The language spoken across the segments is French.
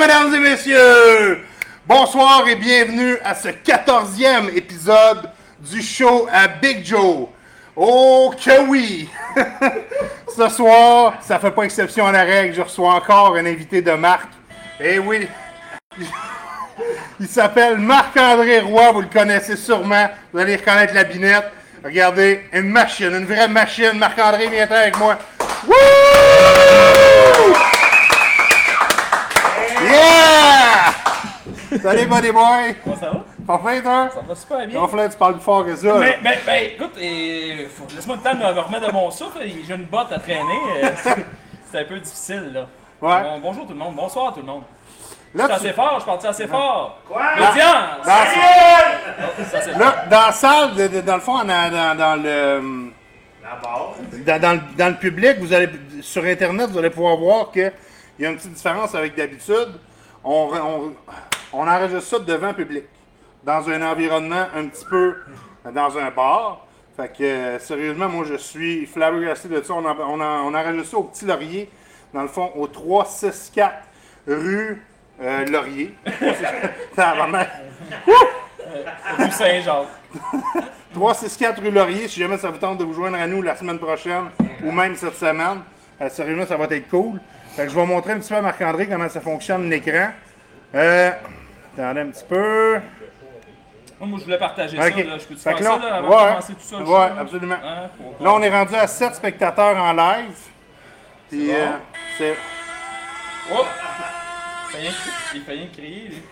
mesdames et messieurs! Bonsoir et bienvenue à ce 14e épisode du show à Big Joe. Oh que oui! Ce soir, ça fait pas exception à la règle, je reçois encore un invité de marque. Eh oui! Il s'appelle Marc-André Roy, vous le connaissez sûrement, vous allez reconnaître la binette. Regardez, une machine, une vraie machine. Marc-André, viens avec moi. Wouh! Yeah! Salut, buddy boy! Comment ça va? Pas fait, toi? Ça va super bien. Pas fait, tu parles plus fort que ça. Mais écoute, laisse-moi le temps de me remettre de mon souffle. J'ai une botte à traîner. C'est un peu difficile, là. Ouais. Bon, bonjour tout le monde. Bonsoir tout le monde. Là, Je suis assez fort, je parle assez fort. Quoi? L'audience! Ça, c'est là, dans la salle, dans le fond, dans le... La base. Dans le public, vous allez sur Internet, vous allez pouvoir voir qu'il y a une petite différence avec d'habitude. On enregistre ça devant le public, dans un environnement un petit peu dans un bar. Fait que sérieusement, moi je suis flabbergasté de ça. On enregistre ça au Petit Laurier, dans le fond, au 364 rue Laurier. Ça va mal. du Saint-Jacques. 364 rue Laurier, si jamais ça vous tente de vous joindre à nous la semaine prochaine ou même cette semaine, sérieusement, ça va être cool. Fait que je vais montrer un petit peu à Marc-André comment ça fonctionne l'écran. Attendez un petit peu. Moi, je voulais partager Ok. ça. Là. Je peux-tu Fait faire que ça là, là, avant ouais, de commencer tout ça? le show, ouais, là? absolument. Hein, Là, on est rendu à 7 spectateurs en live. Puis, bon. c'est... Oh! Il fait rien de crier. Lui.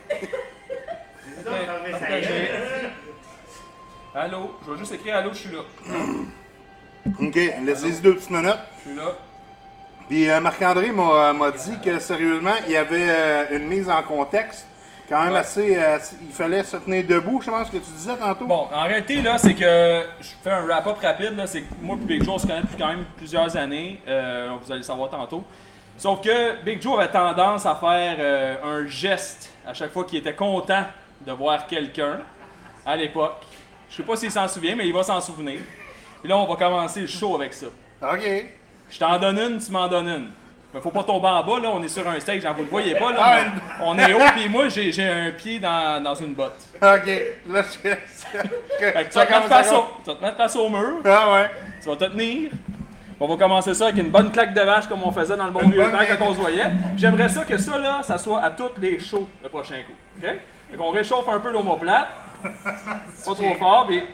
Allô? Je vais juste écrire allô, je suis là. OK, laissez-y 2 petites minutes. Je suis là. Puis Marc-André m'a dit que sérieusement, il y avait une mise en contexte quand même assez... il fallait se tenir debout, je pense que tu disais tantôt. Bon, en réalité, là, c'est que je fais un wrap-up rapide. Là, c'est que moi et Big Joe, on se connaît depuis quand même plusieurs années. Vous allez le savoir tantôt. Sauf que Big Joe avait tendance à faire un geste à chaque fois qu'il était content de voir quelqu'un à l'époque. Je sais pas s'il s'en souvient, mais il va s'en souvenir. Et là, on va commencer le show avec ça. OK. Je t'en donne une, tu m'en donnes une. Mais faut pas tomber en bas, là, on est sur un stage, vous le voyez pas, là. Ah, mais on est haut, puis moi, j'ai un pied dans une botte. OK. Là, Fait que tu vas te mettre face au mur, Ah ouais. tu vas te tenir. On va commencer ça avec une bonne claque de vache comme on faisait dans le bon vieux temps quand on se voyait. J'aimerais ça que ça, là, ça soit à tous les shows le prochain coup. OK? Fait qu'on réchauffe un peu l'omoplate. Pas trop fort, puis...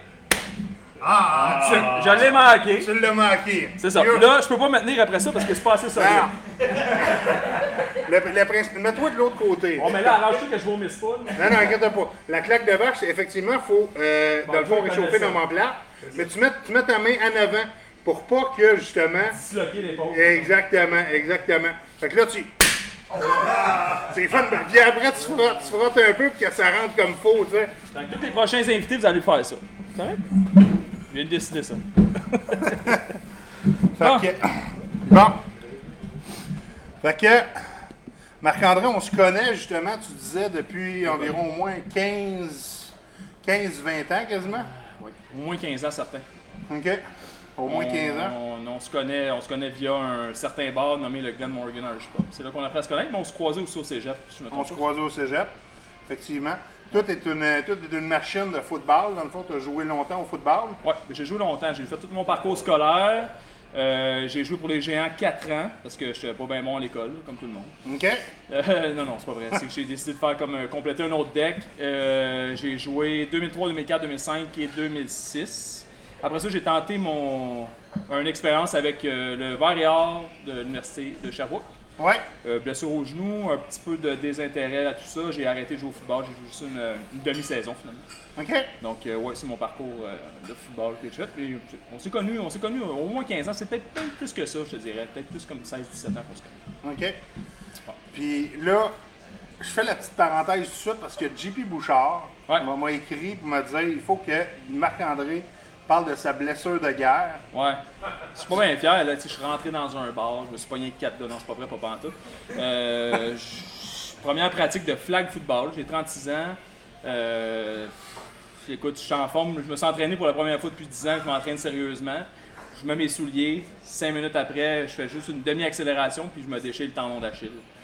Je l'ai manqué. Tu l'as manqué. C'est ça. Puis là, je peux pas me tenir après ça parce que c'est pas assez solide. Le principe, mets-toi de l'autre côté. Bon, mais là, arrange-toi que je vomisse pas. là. Non, inquiète pas. La claque de vache, c'est effectivement, il faut, dans le fond, réchauffer dans mon plat. Mais tu mets ta main en avant pour pas que, justement... Disloquer l'épaule. Exactement. Fait que là, c'est fun. Puis après, tu frottes un peu pour que ça rentre comme faux, tu sais. Donc, tous les prochains invités, vous allez faire ça. C'est vrai? Je viens de décider ça. Fait que... Bon. Fait que... Marc-André, on se connaît, justement, tu disais, depuis environ au moins 15-20 ans, quasiment. Oui. Au moins 15 ans, certains. OK. Au moins 15 ans. On se connaît via un certain bar nommé le Glen Morgan Irish Pub. C'est là qu'on a appris à se connaître, mais on se croisait aussi au cégep. Si je me On trompe se pas. croisait au cégep, effectivement. Tout est une machine de football. Dans le fond, tu as joué longtemps au football. Ouais, j'ai joué longtemps. J'ai fait tout mon parcours scolaire. J'ai joué pour les Géants 4 ans, parce que je n'étais pas bien bon à l'école, comme tout le monde. OK? Non, c'est pas vrai. C'est que j'ai décidé de faire compléter un autre deck. J'ai joué 2003, 2004, 2005 et 2006. Après ça, j'ai tenté une expérience avec le Vert et Or de l'Université de Sherbrooke. Ouais. Blessure au genou, un petit peu de désintérêt à tout ça. J'ai arrêté de jouer au football. J'ai joué juste une demi-saison finalement. OK? Donc, ouais, c'est mon parcours de football que j'ai fait. Et on s'est connus au moins 15 ans. C'est peut-être plus que ça, je te dirais. Peut-être plus comme 16-17 ans qu'on se connaît. OK. Puis là, je fais la petite parenthèse tout de suite parce que JP Bouchard m'a écrit pour me dire il faut que Marc-André parle de sa blessure de guerre. Ouais. Je suis pas bien fier. Là, je suis rentré dans un bar. Je me suis pogné 4 là. Non, c'est pas vrai, pas pantoute. Première pratique de flag football. J'ai 36 ans. Écoute, je suis en forme. Je me suis entraîné pour la première fois depuis 10 ans. Je m'entraîne sérieusement. Je mets mes souliers. 5 minutes après, je fais juste une demi-accélération puis je me déchire le tendon d'Achille.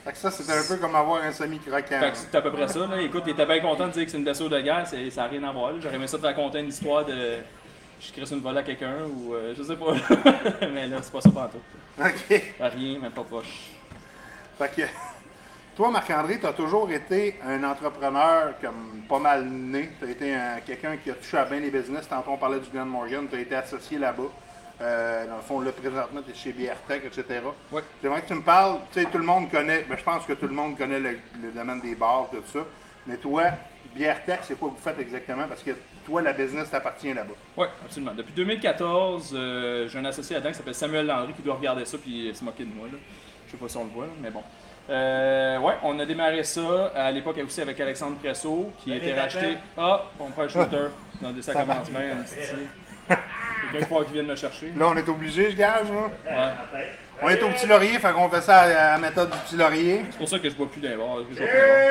Fait que ça, c'était un peu comme avoir un semi-croquant. Fait que c'est à peu près ça. Là. Écoute, il était bien content de dire que c'est une blessure de guerre, ça n'a rien à voir. Là. J'aurais aimé ça te raconter une histoire de. Je crisse une volée à quelqu'un ou je sais pas. Mais là, c'est pas ça pantoute. OK. Rien, même pas proche. Fait que, toi, Marc-André, tu as toujours été un entrepreneur comme pas mal né. Tu as été quelqu'un qui a touché à bien les business. Tantôt, on parlait du Glen Morgan. Tu as été associé là-bas. Dans le fond, là, présentement, tu es chez BRTech, etc. Ouais. J'aimerais que tu me parles. Tu sais, tout le monde connaît, je pense que tout le monde connaît le domaine des bars, tout ça. Mais toi, BRTech, c'est quoi que vous faites exactement? Parce que toi, la business t'appartient là-bas. Oui, absolument. Depuis 2014, j'ai un associé là-dedans qui s'appelle Samuel Landry qui doit regarder ça puis se moquer de moi. Là. Je sais pas si on le voit, là, mais bon. Ouais, on a démarré ça à l'époque aussi avec Alexandre Presso qui a été racheté. Ah, on prend un shooter. Non, ça commence bien. Quelqu'un croit qu'il vient de me chercher. Là, on est obligé, je gage. Là. Ouais. On est au Petit Laurier, fait qu'on fait ça à la méthode du Petit Laurier. C'est pour ça que je bois plus d'un bar. Que je bois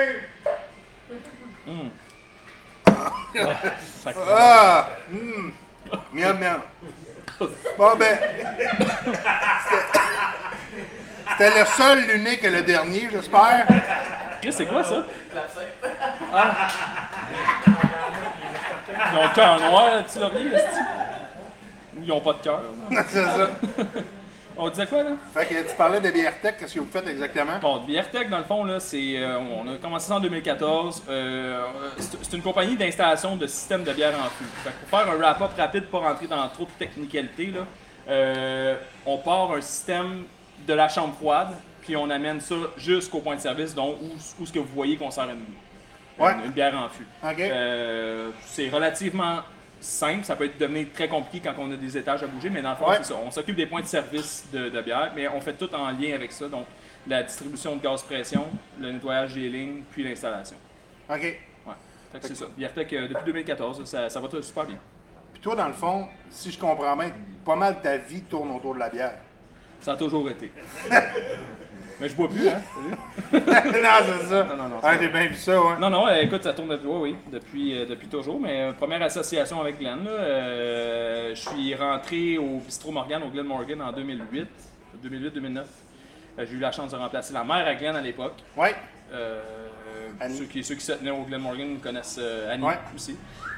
plus d'un bar. Ah! Miam, miam. Bon, ben. C'était le seul, l'unique et le dernier, j'espère. Chris, c'est quoi ça? Ah. Ils ont le cœur noir, le Petit Laurier, est-ce-tu? Ou ils ont pas de cœur? C'est ça. On disait quoi, là? Fait que tu parlais de BRTech, qu'est-ce que vous faites exactement? Bon, BRTech, dans le fond, là, c'est, on a commencé ça en 2014. C'est une compagnie d'installation de systèmes de bière en fût. Fait que pour faire un wrap-up rapide, pas rentrer dans trop de technicalité, là, on part un système de la chambre froide, puis on amène ça jusqu'au point de service, donc où ce que vous voyez qu'on sert une bière en fût. OK. C'est relativement simple, ça peut devenir très compliqué quand on a des étages à bouger, mais dans le fond, c'est ça. On s'occupe des points de service de bière, mais on fait tout en lien avec ça, donc la distribution de gaz pression, le nettoyage des lignes, puis l'installation. OK. Ouais. Fait que c'est ça. BRTech, depuis 2014, ça va tout super bien. Puis toi, dans le fond, si je comprends bien, pas mal de ta vie tourne autour de la bière. Ça a toujours été. Mais je bois plus, hein? Non, c'est ça. Non. Ah, j'ai bien vu ça, ouais. Non, écoute, ça tourne depuis toujours, mais première association avec Glenn, là, je suis rentré au Bistrot Morgan, au Glen Morgan en 2008-2009. J'ai eu la chance de remplacer la mère à Glenn à l'époque. Ouais. Ceux qui se tenaient au Glen Morgan connaissent Annie aussi.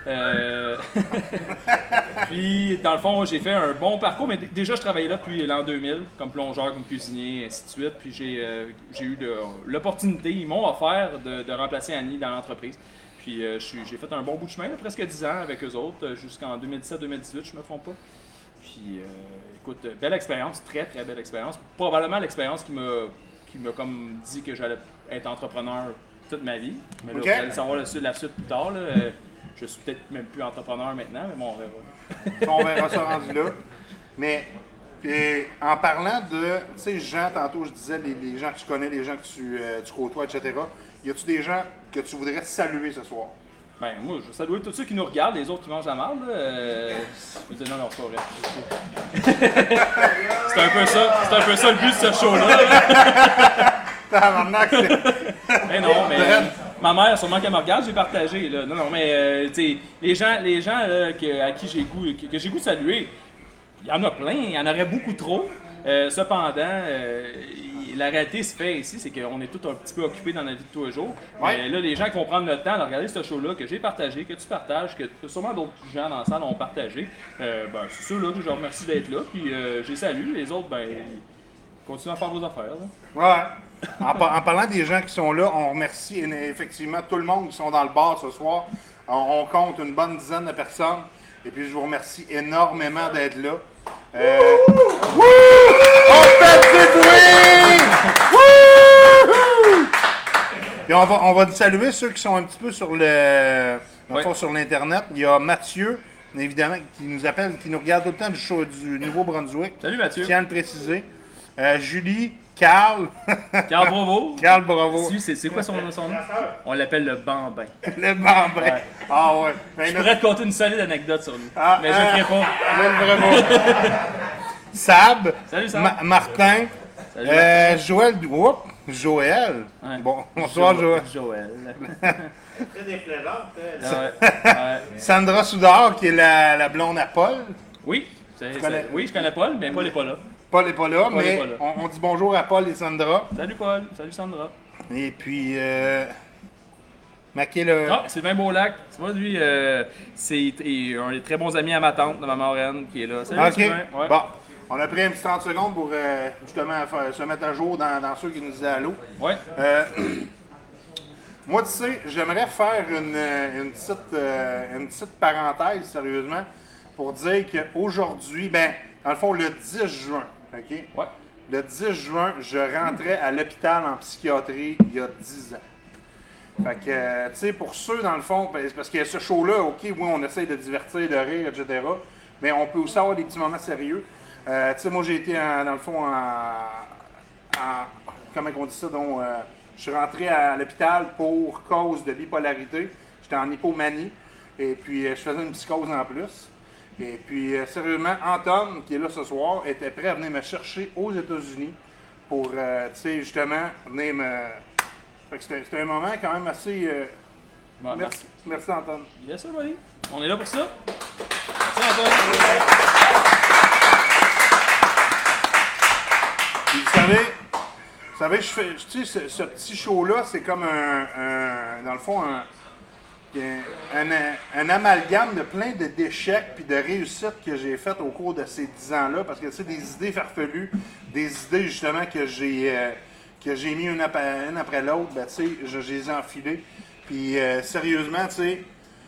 Puis, dans le fond, j'ai fait un bon parcours, mais déjà, je travaillais là depuis l'an 2000, comme plongeur, comme cuisinier, et ainsi de suite. Puis, j'ai eu l'opportunité, ils m'ont offert de remplacer Annie dans l'entreprise. Puis, j'ai fait un bon bout de chemin, là, presque 10 ans avec eux autres, jusqu'en 2017-2018, je me trompe pas. Puis, écoute, belle expérience, très, très belle expérience. Probablement l'expérience qui m'a comme dit que j'allais être entrepreneur toute ma vie. Mais là, vous allez savoir la suite plus tard. Là. Je suis peut-être même plus entrepreneur maintenant, mais bon, on verra. On verra ça rendu là. Mais en parlant de, tu sais, Jean, tantôt je disais les gens que tu connais, les gens que tu côtoies, etc. Y a-tu des gens que tu voudrais saluer ce soir? Ben, moi, je veux saluer tous ceux qui nous regardent, les autres qui mangent la marde. Je veux dire, non, c'est pas vrai. C'est un peu ça le but de ce show-là. Mais non, mais ma mère, sûrement qu'elle me regarde, j'ai partagé. Là. Non, mais tu sais, les gens là, à qui j'ai goût, que j'ai goût de saluer, il y en a plein, il y en aurait beaucoup trop. Cependant, la réalité se fait ici, c'est qu'on est tous un petit peu occupés dans la vie de tous les jours. Mais là, les gens qui vont prendre le temps de regarder ce show-là, que j'ai partagé, que tu partages, que sûrement d'autres gens dans la salle ont partagé, ben, c'est ceux-là que je remercie d'être là, puis j'ai salué. Les autres, ben, continuez à faire vos affaires. Là. Ouais. En parlant des gens qui sont là, on remercie effectivement tout le monde qui sont dans le bar ce soir. On compte une bonne dizaine de personnes. Et puis, je vous remercie énormément d'être là. Wouh! On fait du bruit! Wouh! Et on va saluer ceux qui sont un petit peu sur sur l'Internet. Il y a Mathieu, évidemment, qui nous appelle, qui nous regarde tout le temps du show du Nouveau-Brunswick. Salut Mathieu. Je tiens à le préciser. Julie, Carl. Carl Bravo. Carl Bravo. C'est quoi son nom? On l'appelle le Bambin. Le Bambin. Ouais. Ah ouais. Je pourrais te conter une solide anecdote sur lui. Mais je ne ferai pas. Vraiment. Sab. Salut Sab. Martin. Salut, Joël. Oups. Joël. Ouais. Bon, bonsoir Joël. C'est des flairantes. Sandra Soudard, qui est la blonde à Paul. Oui. Oui, je connais Paul, mais Paul n'est pas là. Paul n'est pas là, Paul est mais pas là. on dit bonjour à Paul et Sandra. Salut Paul, salut Sandra. Et puis, Maquet, le... Ah, Sylvain Beaulac, tu vois, lui, c'est un des très bons amis à ma tante, de ma marraine, qui est là. Salut OK. Sylvain. Ouais. Bon, on a pris un petit 30 secondes pour justement se mettre à jour dans ceux qui nous disaient allô. Ouais. Moi, tu sais, j'aimerais faire une petite parenthèse, sérieusement, pour dire qu'aujourd'hui, ben, dans le fond, le 10 juin, OK? Ouais. Le 10 juin, je rentrais à l'hôpital en psychiatrie il y a 10 ans. Fait que, tu sais, pour ceux, dans le fond, parce que ce show-là, OK, oui, on essaie de divertir, de rire, etc., mais on peut aussi avoir des petits moments sérieux. Tu sais, moi, j'ai été, dans le fond, comment on dit ça, donc, je suis rentré à l'hôpital pour cause de bipolarité. J'étais en hypomanie, et puis je faisais une psychose en plus. Et puis, sérieusement, Anton, qui est là ce soir, était prêt à venir me chercher aux États-Unis pour, tu sais, justement, venir me... Fait que c'était un moment quand même assez... Bon, merci, Anton. Yes, sir, buddy. On est là pour ça. Merci, Antoine. Puis, vous savez, tu sais, ce petit show-là, c'est comme dans le fond, un amalgame de plein d'échecs puis de réussites que j'ai faites au cours de ces 10 ans-là. Parce que, tu sais, des idées farfelues, des idées, justement, que j'ai mis une après l'autre, ben, tu sais, je les ai enfilées. Puis, sérieusement, tu sais,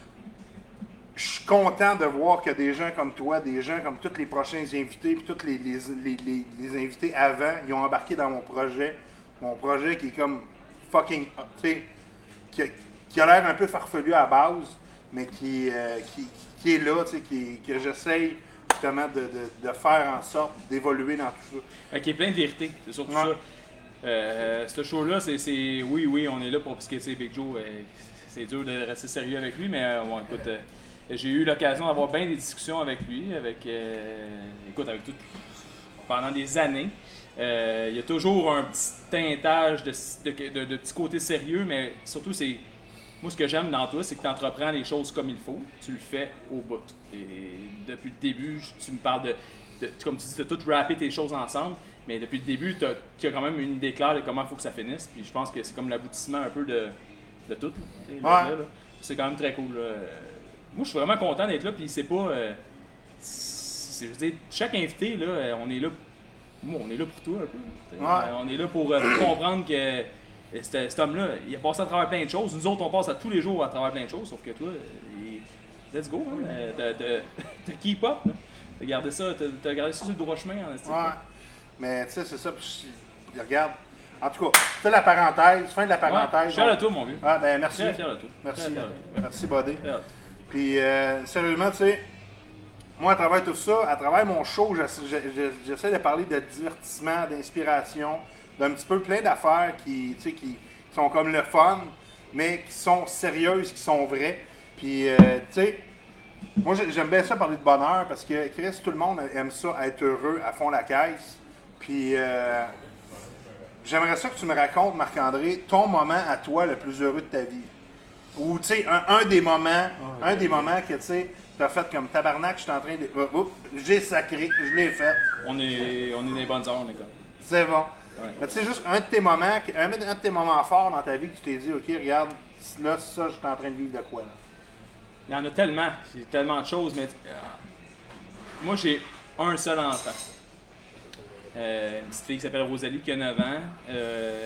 je suis content de voir que des gens comme toi, des gens comme tous les prochains invités, puis tous les invités avant, ils ont embarqué dans mon projet. Mon projet qui est comme fucking, tu sais, qui a l'air un peu farfelu à la base, mais qui est là, tu sais, que j'essaye justement de faire en sorte d'évoluer dans tout ça. Qui est plein de vérité, c'est surtout Ouais. ça. Ce show-là, oui, on est là pour, parce que, tu sais, Big Joe, c'est dur de rester sérieux avec lui, mais bon, écoute, j'ai eu l'occasion d'avoir bien des discussions avec lui, avec tout, pendant des années. Il y a toujours un petit teintage de petits côtés sérieux, mais surtout, moi, ce que j'aime dans toi, c'est que tu entreprends les choses comme il faut, tu le fais au bout. Et depuis le début, tu me parles comme tu dis, tu as tout rappé tes choses ensemble, mais depuis le début, tu as quand même une idée claire de comment il faut que ça finisse, puis je pense que c'est comme l'aboutissement un peu de tout. Là. C'est quand même très cool. Moi, je suis vraiment content d'être là, puis c'est pas... je veux dire, chaque invité, là, on est là pour toi un peu. On est là pour comprendre que cet homme-là, il a passé à travers plein de choses. Nous autres, on passe à tous les jours à travers plein de choses, sauf que toi, let's go, hein, t'as keep up. T'as gardé ça sur le droit chemin en estime. Ouais. Mais tu sais, c'est ça. Puis, regarde. En tout cas, c'est la parenthèse, fin de la parenthèse. Fier de toi, mon vieux. Ah, ben merci. Très fier de toi. Merci. Très fier de toi. Merci, Buddy. Fier. Puis, sérieusement, tu sais, moi, à travers tout ça, à travers mon show, j'essaie de parler de divertissement, d'inspiration, d'un petit peu plein d'affaires qui sont comme le fun, mais qui sont sérieuses, qui sont vraies. Puis, tu sais, moi, j'aime bien ça parler de bonheur parce que, Chris, tout le monde aime ça, être heureux à fond la caisse. Puis, j'aimerais ça que tu me racontes, Marc-André, ton moment à toi le plus heureux de ta vie. Ou, tu sais, un des moments que, tu sais, t'as fait comme tabarnak, je suis en train de... j'ai sacré, je l'ai fait. On est dans les bonnes heures, on est comme. C'est bon. Ouais. Mais tu sais, juste un de tes moments forts dans ta vie que tu t'es dit, OK, regarde, là, ça, je suis en train de vivre de quoi, là? Il y en a tellement. J'ai tellement de choses, mais moi, j'ai un seul enfant. Une petite fille qui s'appelle Rosalie, qui a 9 ans.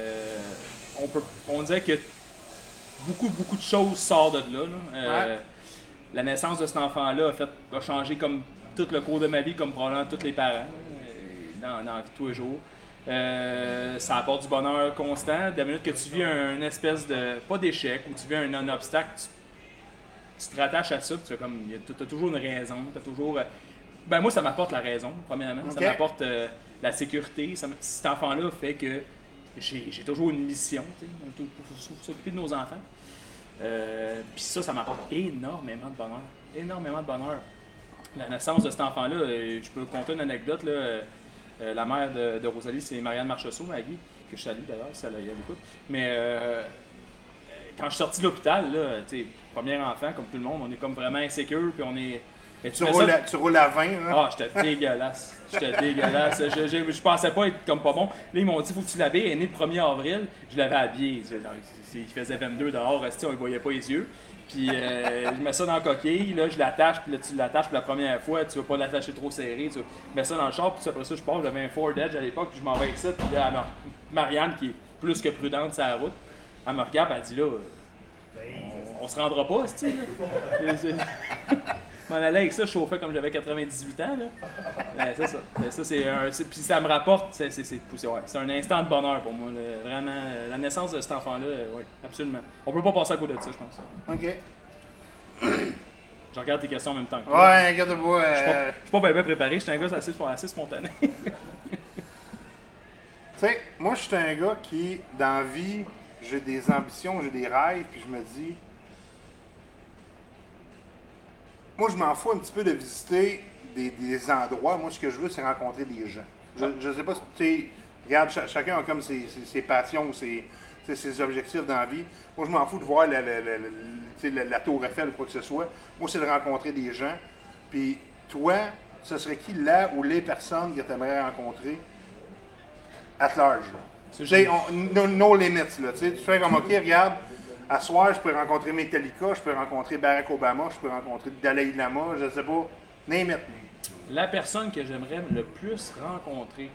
On dirait que beaucoup de choses sortent de là. La naissance de cet enfant-là a changé comme tout le cours de ma vie, comme probablement tous les parents, dans la vie de tous les jours. Ça apporte du bonheur constant. Dès la minute que tu vis une espèce de, pas d'échec, ou tu vis un obstacle, tu te rattaches à ça, tu as toujours une raison, tu as toujours... Ben moi, ça m'apporte la raison, premièrement. Okay. Ça m'apporte la sécurité. Cet enfant-là fait que j'ai toujours une mission, pour s'occuper de nos enfants. Puis ça m'apporte énormément de bonheur. Énormément de bonheur. La naissance de cet enfant-là, je peux conter une anecdote. Là, la mère de Rosalie, c'est Marianne Marchessault, Maggie, que je salue d'ailleurs, si elle écoute. Mais quand je suis sorti de l'hôpital, là, premier enfant, comme tout le monde, on est comme vraiment insécure, puis on est Et Tu mets roules, ça- tu roules à 20, là. Ah, j'étais dégueulasse. J'étais dégueulasse. Je pensais pas être comme pas bon. Là, ils m'ont dit, faut que tu l'habilles. Elle est née le 1er avril. Je l'avais habillé. Il faisait 22 dehors, resté, on ne voyait pas les yeux. Puis je mets ça dans la coquille, là, je l'attache, puis là, tu l'attaches pour la première fois, tu vas pas l'attacher trop serré, tu mets ça dans le char, puis après ça, je pars, j'avais un Ford Edge à l'époque, puis je m'en vais avec ça, puis là, alors, Marianne, qui est plus que prudente sur la route, elle me regarde, elle dit là, on se rendra pas, c'est-tu, là? Je m'en allais avec ça, je chauffais comme j'avais 98 ans, là. Ben, c'est ça. Ben, ça, puis ça me rapporte, c'est un instant de bonheur pour moi, là. Vraiment, la naissance de cet enfant-là, oui, absolument. On peut pas passer à côté de ça, je pense. OK. Je regarde tes questions en même temps que Ouais, toi. regarde-moi. Je suis pas bien préparé, je suis un gars assez spontané. Tu sais, moi, je suis un gars qui, dans la vie, j'ai des ambitions, j'ai des rêves, puis je me dis... Moi, je m'en fous un petit peu de visiter des endroits. Moi, ce que je veux, c'est rencontrer des gens. Je sais pas si tu sais... Regarde, chacun a comme ses passions, ses objectifs dans la vie. Moi, je m'en fous de voir la Tour Eiffel ou quoi que ce soit. Moi, c'est de rencontrer des gens. Puis, toi, ce serait qui là ou les personnes que tu aimerais rencontrer at large? Tu sais, no limits, là. Tu sais, tu fais comme, OK, regarde, à soir, je peux rencontrer Metallica, je peux rencontrer Barack Obama, je peux rencontrer Dalai Lama, je sais pas. Name it. La personne que j'aimerais le plus rencontrer.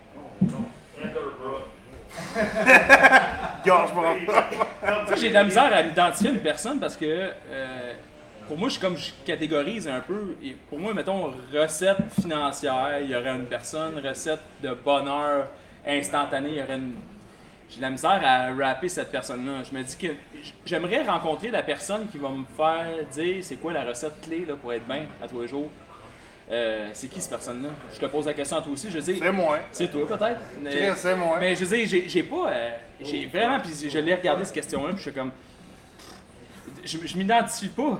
George Brown. J'ai de la misère à identifier une personne parce que pour moi, je catégorise un peu. Et pour moi, mettons, recette financière, il y aurait une personne, recette de bonheur instantané, il y aurait une. J'ai de la misère à rapper cette personne-là. Je me dis que j'aimerais rencontrer la personne qui va me faire dire c'est quoi la recette clé là, pour être bien à tous les jours. C'est qui cette personne-là? Je te pose la question à toi aussi. Je dis, C'est moi. c'est toi peut-être. C'est moi. Mais je veux dire, j'ai pas. J'ai vraiment. Puis je l'ai regardé cette question-là, puis je suis comme. Je m'identifie pas.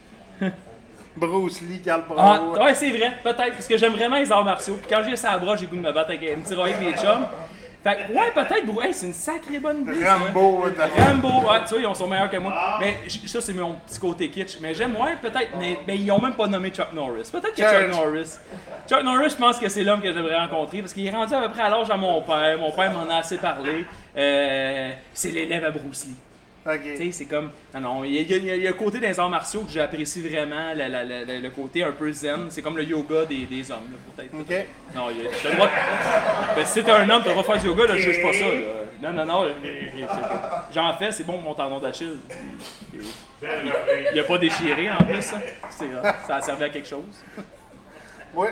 Bruce Lee, Carl Ah, Bravo. ouais, c'est vrai, peut-être, parce que j'aime vraiment les arts martiaux. Puis quand j'ai ça à bras, j'ai le goût de me battre avec un petit royaume avec mes chums. Fait que, ouais, peut-être, hey, c'est une sacrée bonne idée. ça. Rambo. Rambo, ouais, tu vois, ils sont meilleurs que moi. Mais ça, c'est mon petit côté kitsch. Mais j'aime, ouais, peut-être, mais ils ont même pas nommé Chuck Norris. Peut-être que Chuck Norris. Chuck Norris, je pense que c'est l'homme que j'aimerais rencontrer parce qu'il est rendu à peu près à l'âge à mon père. Mon père m'en a assez parlé. C'est l'élève à Bruce Lee. OK. Tu sais, c'est comme. Non, il y a un côté des arts martiaux que j'apprécie vraiment, le côté un peu zen. C'est comme le yoga des hommes, là, peut-être. OK. Non, t'as le droit. Ben, si t'es un homme, t'as le droit de faire du yoga, là, je juge pas ça. Là. Non. J'en fais, c'est bon, mon tendon d'Achille. Il a pas déchiré en plus, ça. Ça a servi à quelque chose. Oui,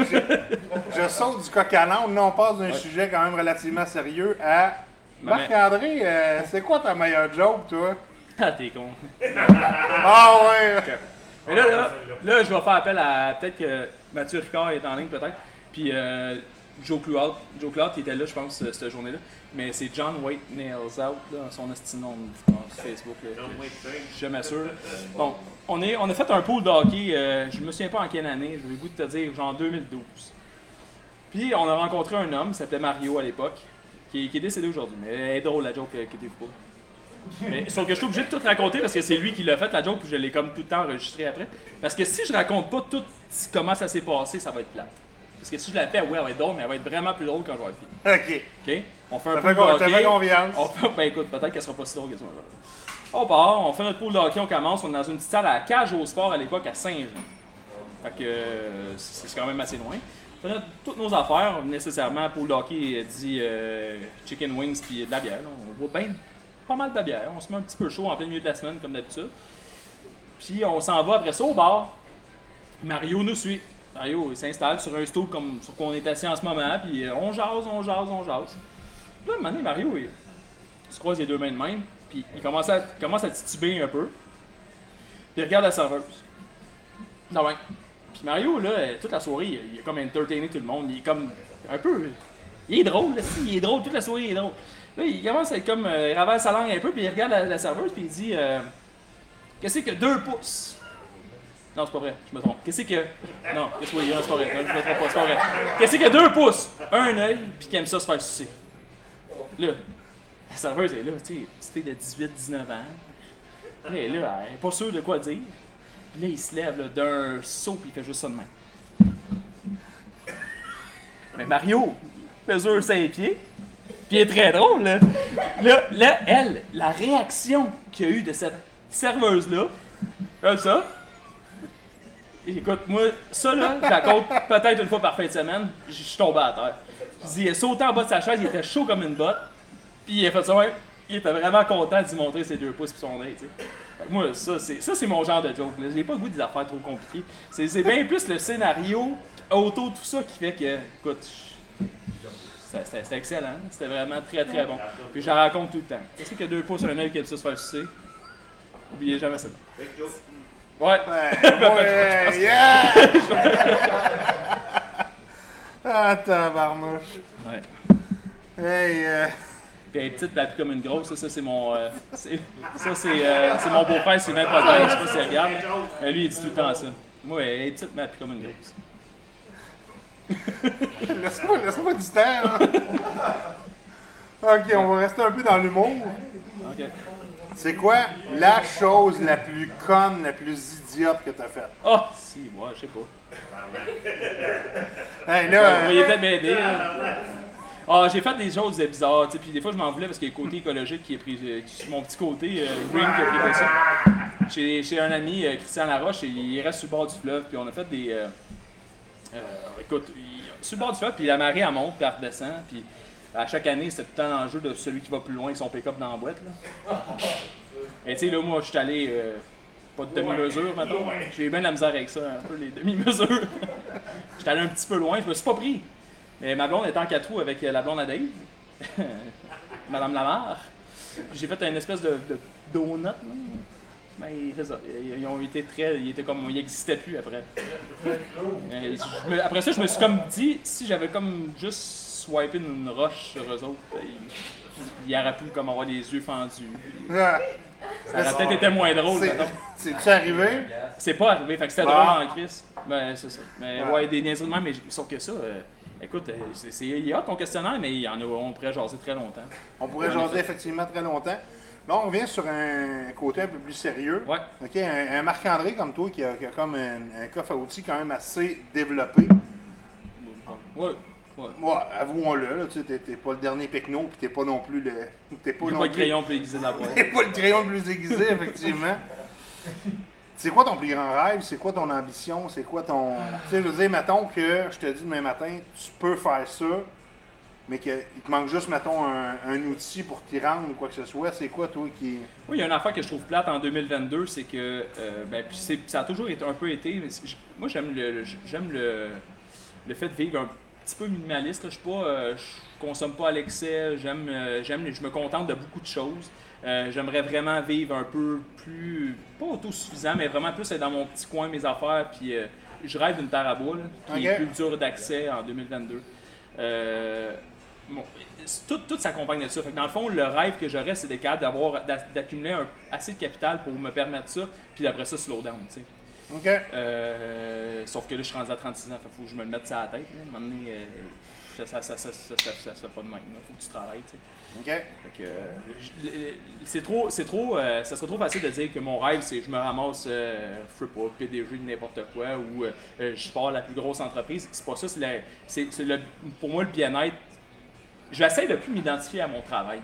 je saute du coq à l'âne. Là, on passe d'un sujet quand même relativement sérieux à. Marc-André, c'est quoi ta meilleure joke, toi? Ah, t'es con. Ah ouais! Mais là, je vais faire appel à peut-être que Mathieu Ricard est en ligne, peut-être. Puis Joe Cloud qui était là, je pense, cette journée-là. Mais c'est John Waite Nails Out, là, son esti nom sur Facebook. Là, je suis jamais sûr. Bon, on a fait un pool de hockey, je me souviens pas en quelle année, j'ai le goût de te dire, genre 2012. Puis on a rencontré un homme, il s'appelait Mario à l'époque, qui est décédé aujourd'hui. Mais elle est drôle la joke, qui était pas. Mais sauf que je suis obligé de tout raconter parce que c'est lui qui l'a fait la joke, puis je l'ai comme tout le temps enregistré après. Parce que si je raconte pas tout comment ça s'est passé, ça va être plate. Parce que si je la fais, ouais, elle va être drôle, mais elle va être vraiment plus drôle quand je vais être fini. OK. OK? On fait un Ça pool de fait hockey. confiance. Ben écoute, peut-être qu'elle sera pas si drôle que ça. On part, on fait notre pool de hockey, on commence. On est dans une petite salle à la Cage au Sport à l'époque à Saint-Jean. Fait que c'est quand même assez loin. On fait toutes nos affaires, nécessairement, pool de hockey dit chicken wings puis de la bière. Là. On boit bien pas mal de bière. On se met un petit peu chaud en plein milieu de la semaine, comme d'habitude. Puis on s'en va après ça au bar. Mario nous suit. Mario il s'installe sur un stool comme sur qu'on est assis en ce moment, puis on jase. Là, à un moment donné, Mario, il se croise les deux mains de même, puis il commence à tituber un peu. Puis il regarde la serveuse. Non, ouais. Puis Mario, là, toute la soirée, il a comme entertainé tout le monde. Il est comme un peu. Il est drôle, là, si, il est drôle, toute la soirée, il est drôle. Là, il commence à être comme. Il ravale sa langue un peu, puis il regarde la serveuse, puis il dit qu'est-ce que 2 pouces? Non, c'est pas vrai, je me trompe. Qu'est-ce que. Non, c'est pas vrai, je me trompe pas, c'est pas vrai. Qu'est-ce que 2 pouces? Un œil, puis qui aime ça se faire sucer. Là, la serveuse est là, tu sais, de 18-19 ans. Elle est là, elle est pas sûre de quoi dire. Puis là, il se lève là, d'un saut, puis il fait juste ça de même. Mais Mario mesure 5 pieds, puis il est très drôle, là. Là, elle, la réaction qu'il y a eu de cette serveuse-là, comme ça. Écoute, moi, ça, là, je la compte peut-être une fois par fin de semaine, je suis tombé à terre. Je dis, il est sauté en bas de sa chaise, il était chaud comme une botte, puis il a fait ça, ouais, il était vraiment content d'y montrer ses 2 pouces et son nez, tu sais. Fait que moi, ça, c'est mon genre de joke, là. J'ai pas le goût des affaires trop compliquées. C'est bien plus le scénario autour de tout ça qui fait que, écoute, c'était excellent. C'était vraiment très très bon. Puis je la raconte tout le temps. Qu'est-ce qu'il y a 2 pouces sur un œil qui aime ça se faire sucer? Oubliez jamais ça. Ouais. Ouais, yeah! Ah, tabarnouche. Ouais. Hey, Puis elle est petite, la plus comme une grosse. Ça c'est mon. C'est mon beau-frère, Sylvain Potin. Je sais pas si elle regarde. Mais lui, il dit tout le temps ça. Moi, elle est petite, mais elle est plus comme une grosse. laisse-moi du temps, là. Ok, on va rester un peu dans l'humour. OK. C'est quoi la chose la plus conne, la plus idiote que t'as faite? Oh, si, moi, je sais pas. Hey, Vous là, pourriez peut-être m'aider. Ah, j'ai fait des choses bizarres, tu sais, puis des fois je m'en voulais parce qu'il y a le côté écologique qui est pris, mon petit côté green qui a pris ça. J'ai un ami, Christian Laroche, et il reste sur le bord du fleuve, puis on a fait des... écoute, sur le bord du fleuve, puis la marée elle monte, puis elle redescend, puis à chaque année, c'était tout le temps l'enjeu de celui qui va plus loin avec son pick-up dans la boîte, là. Et tu sais, là, moi, je suis allé... pas de demi-mesure, maintenant. J'ai eu bien de la misère avec ça, un peu, les demi-mesures. J'étais allé un petit peu loin, je me suis pas pris. Mais ma blonde était en 4 roues avec la blonde à Dave, Madame Lamarre. Puis j'ai fait une espèce de donut, là. Ben, c'est ça. Ils ont été très... Ils étaient comme... Ils n'existaient plus après. Après ça, je me suis comme dit, si j'avais comme juste swipé une roche sur eux autres, il y aurait pu comme avoir les yeux fendus. ah, Ça aurait peut-être été moins drôle, maintenant. c'est-tu arrivé? C'est pas arrivé, fait que c'était drôle en crise. Ben, c'est ça. Mais ouais, des niaiseries de même, mais sauf que ça, écoute, il y a ton questionnaire, mais il y en a, on pourrait jaser très longtemps. On pourrait jaser effectivement très longtemps. Là, on revient sur un côté un peu plus sérieux. Ouais. OK, un Marc-André comme toi qui a comme un coffre à outils quand même assez développé. Ouais. Ouais, avouons-le, là, tu sais, t'es pas le dernier Pecno, puis t'es pas non plus le... T'es pas, J'ai non pas de plus- crayon pour aiguiser la boîte. T'es pas le crayon le plus aiguisé, effectivement. C'est quoi ton plus grand rêve? C'est quoi ton ambition? C'est quoi ton... Tu sais, je veux dire, mettons que je te dis demain matin, tu peux faire ça, mais qu'il te manque juste, mettons, un outil pour t'y rendre ou quoi que ce soit. C'est quoi, toi, qui... Oui, il y a une affaire que je trouve plate en 2022, c'est que, puis ça a toujours un peu été, mais moi j'aime le fait de vivre un petit peu minimaliste, là. Je consomme pas à l'excès, je me contente de beaucoup de choses. J'aimerais vraiment vivre un peu plus, pas autosuffisant, mais vraiment plus être dans mon petit coin, mes affaires, puis je rêve d'une terre à bois, là, qui est plus dure d'accès en 2022. Bon, tout s'accompagne de ça. Fait que dans le fond, le rêve que j'aurais, c'est d'être capable d'accumuler assez de capital pour me permettre ça, puis après ça, slow down, tu sais. OK. Sauf que là, je suis rendu à 36 ans, il faut que je me le mette ça à la tête. Là. À un moment donné, ça se fait pas de même. Il faut que tu travailles, tu sais. OK. Fait que, ça serait trop facile de dire que mon rêve, c'est que je me ramasse, je sais pas, PDG de n'importe quoi, ou je pars la plus grosse entreprise. C'est pas ça, pour moi, le bien-être. J'essaie de plus m'identifier à mon travail.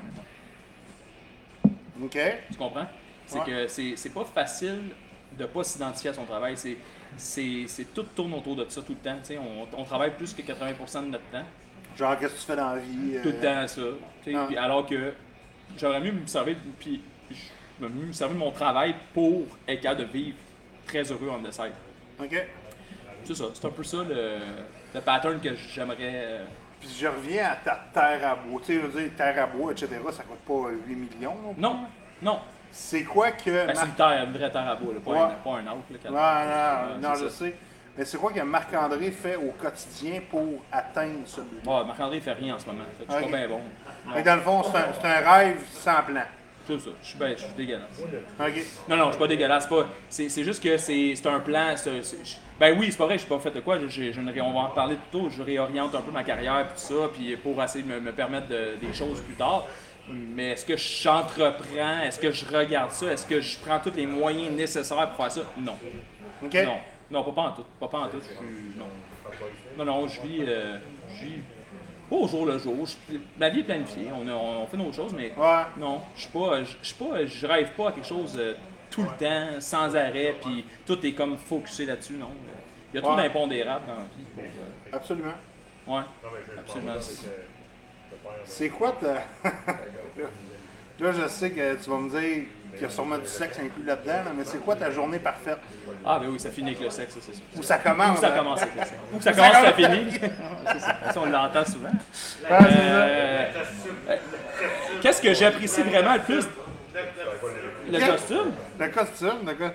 OK. Tu comprends? C'est que c'est pas facile de pas s'identifier à son travail. Tout tourne autour de ça tout le temps. Tu sais, on travaille plus que 80% de notre temps. Genre, qu'est-ce que tu fais dans la vie? Tout le temps, ça. Tu sais, puis alors que j'aurais mieux me servir, de mon travail pour être capable de vivre très heureux on the side. OK. C'est ça. C'est un peu ça le pattern que j'aimerais. Puis je reviens à ta terre à bois. Tu sais, je veux dire, terre à bois, etc., ça coûte pas 8 millions. Non. C'est quoi que... Ben, c'est une vraie terre à bois, là, pas un autre. Non, je sais. Mais c'est quoi que Marc-André fait au quotidien pour atteindre ce but? Marc-André fait rien en ce moment. Fait que je suis pas bien bon. Non. Fait que dans le fond, c'est un rêve sans plan. C'est ça. Je suis dégueulasse. OK. Non, je suis pas dégueulasse. C'est juste que c'est un plan. Ben oui, c'est pas vrai, je suis pas fait de quoi. On va en parler plus tôt. Je réoriente un peu ma carrière et tout ça, puis pour essayer de me permettre des choses plus tard. Mais est-ce que j'entreprends? Est-ce que je regarde ça? Est-ce que je prends tous les moyens nécessaires pour faire ça? Non. OK? Non. Non, pas en tout. Pas en tout. Non. Non, je vis pas au jour le jour. Ma vie est planifiée. On fait nos choses, mais Ouais. non, je rêve pas à quelque chose tout le temps, sans arrêt, puis tout est comme focusé là-dessus, non. Il y a trop Ouais. d'impondérables dans la vie. Absolument. Ouais, absolument. C'est quoi ta... Là, je sais que tu vas me dire qu'il y a sûrement du sexe inclus là-dedans, là, mais c'est quoi ta journée parfaite? Ah, ben oui, ça finit avec le sexe, ça, c'est sûr. Où ça commence? Où ça hein? commence avec le sexe. Où ça commence, ça finit. C'est ça. Ça, on l'entend souvent. Ouais, c'est ça. Qu'est-ce que j'apprécie vraiment le plus? Le costume? Le costume, d'accord.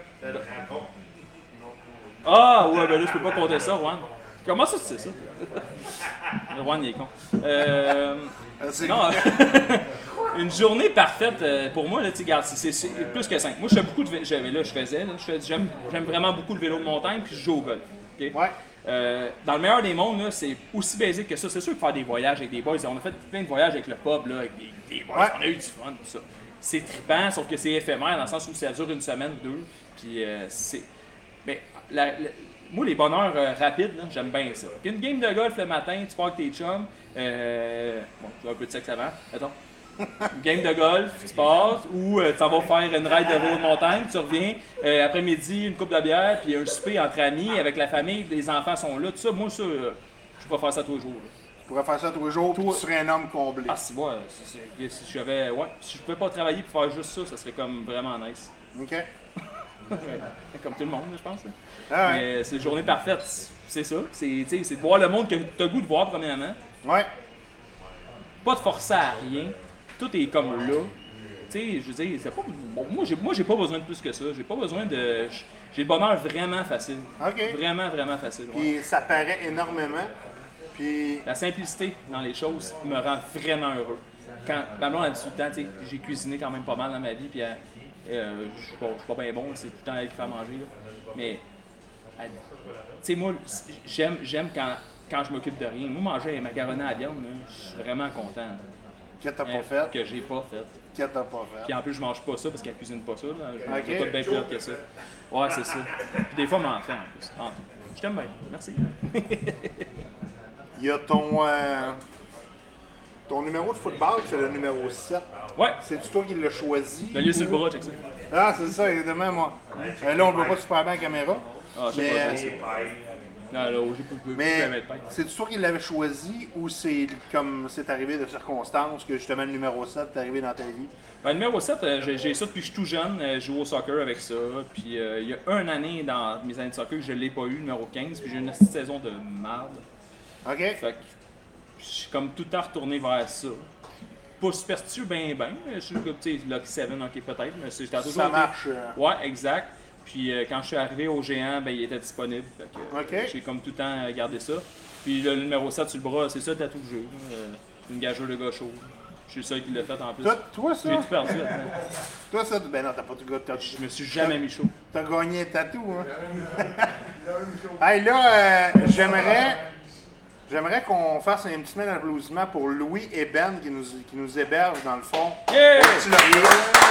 Ah, ouais, ben là, je peux pas compter ça, Juan. Comment ça, tu sais ça? Juan, il est con. C'est Non, une journée parfaite pour moi, là, tu sais, regarde, c'est plus que 5. Moi, je fais beaucoup de vélo. J'aime vraiment beaucoup le vélo de montagne, puis je joue au golf. OK? Ouais. Dans le meilleur des mondes, là, c'est aussi basique que ça. C'est sûr que faire des voyages avec des boys, on a fait plein de voyages avec le pub, là, avec des boys, Ouais. on a eu du fun, tout ça. C'est trippant, sauf que c'est éphémère, dans le sens où ça dure une semaine, deux, puis c'est... Mais moi, les bonheurs rapides, là, j'aime bien ça. Une game de golf le matin, tu pars avec tes chums, bon, tu as un peu de sexe avant, attends. Une game de golf, tu pars, ou tu t'en vas faire une ride de vélo de montagne, tu reviens, après-midi, une coupe de bière, puis un souper entre amis, avec la famille, les enfants sont là, tout ça. Moi, ça, je peux faire ça tous les jours. Là. Tu pourrais faire ça tous les jours, puis tu serais un homme comblé. Ah, si moi, si j'avais, ouais, si je pouvais pas travailler pour faire juste ça, ça serait comme vraiment nice. OK? Comme tout le monde, je pense. Là. Ah ouais. Mais c'est une journée parfaite, c'est ça. C'est de voir le monde que tu as le goût de voir, premièrement. Ouais. Pas de forcer à rien. Tout est comme là. Tu sais, je veux dire, c'est pas. Bon, moi, j'ai pas besoin de plus que ça. J'ai pas besoin de. J'ai le bonheur vraiment facile. OK. Vraiment, vraiment facile. Ouais. Puis ça paraît énormément. Puis... La simplicité dans les choses me rend vraiment heureux. Quand ma blonde a dit tout le temps, tu sais, j'ai cuisiné quand même pas mal dans ma vie, puis je suis pas bien bon, c'est tout le temps elle qui fait à manger. Là. Mais, tu sais, moi, j'aime quand je m'occupe de rien. Moi, manger un macaroni à la viande, là, je suis vraiment content. Que t'as pas fait. Que j'ai pas fait. Que t'as pas fait. Puis en plus, je mange pas ça parce qu'elle cuisine pas ça. Là. Ok. J'ai pas de bien plus que ça. Ouais, c'est ça. Puis des fois, m'en fait en plus. Ah, je t'aime bien. Merci. Il y a ton numéro de football, c'est le numéro 7. Ouais. C'est-tu toi qui l'as choisi? Le lieu sur le bras, check ça. Ah, c'est ça, évidemment, moi. Là, on ne voit pas super bien à la caméra. Ah, je sais pas, c'est ça. Non, là, j'ai plus Mais mettre pain. c'est-tu toi qui l'avais choisi ou c'est comme c'est arrivé de circonstances que justement le numéro 7 est arrivé dans ta vie? Ben, le numéro 7, j'ai ça depuis que je suis tout jeune. Je joue au soccer avec ça. Puis il y a une année dans mes années de soccer que je ne l'ai pas eu, numéro 15. Puis j'ai eu une petite saison de marde. OK? Fait que je suis comme tout le temps retourné vers ça. Pas superstitieux, ben. Je suis comme, tu sais, Lucky 7, ok, peut-être. Mais c'est toujours Ça été- marche. Ouais, exact. Puis quand je suis arrivé au géant, ben, il était disponible. Fait que, OK. j'ai comme tout le temps gardé ça. Puis le numéro 7 sur le bras, c'est ça le tatou que j'ai. Une gageure de gars chaud. Je suis le seul qui l'a fait en plus. Toi, J'ai ça? tout perdu là-dedans. Toi, ça? Ben non, t'as pas tout gagné. Je me suis jamais mis chaud. T'as gagné un tatou, hein? Hey, là, j'aimerais qu'on fasse un petit mail d'applaudissement pour Louis et Ben qui nous hébergent dans le fond. Yeah! Au petit laurier.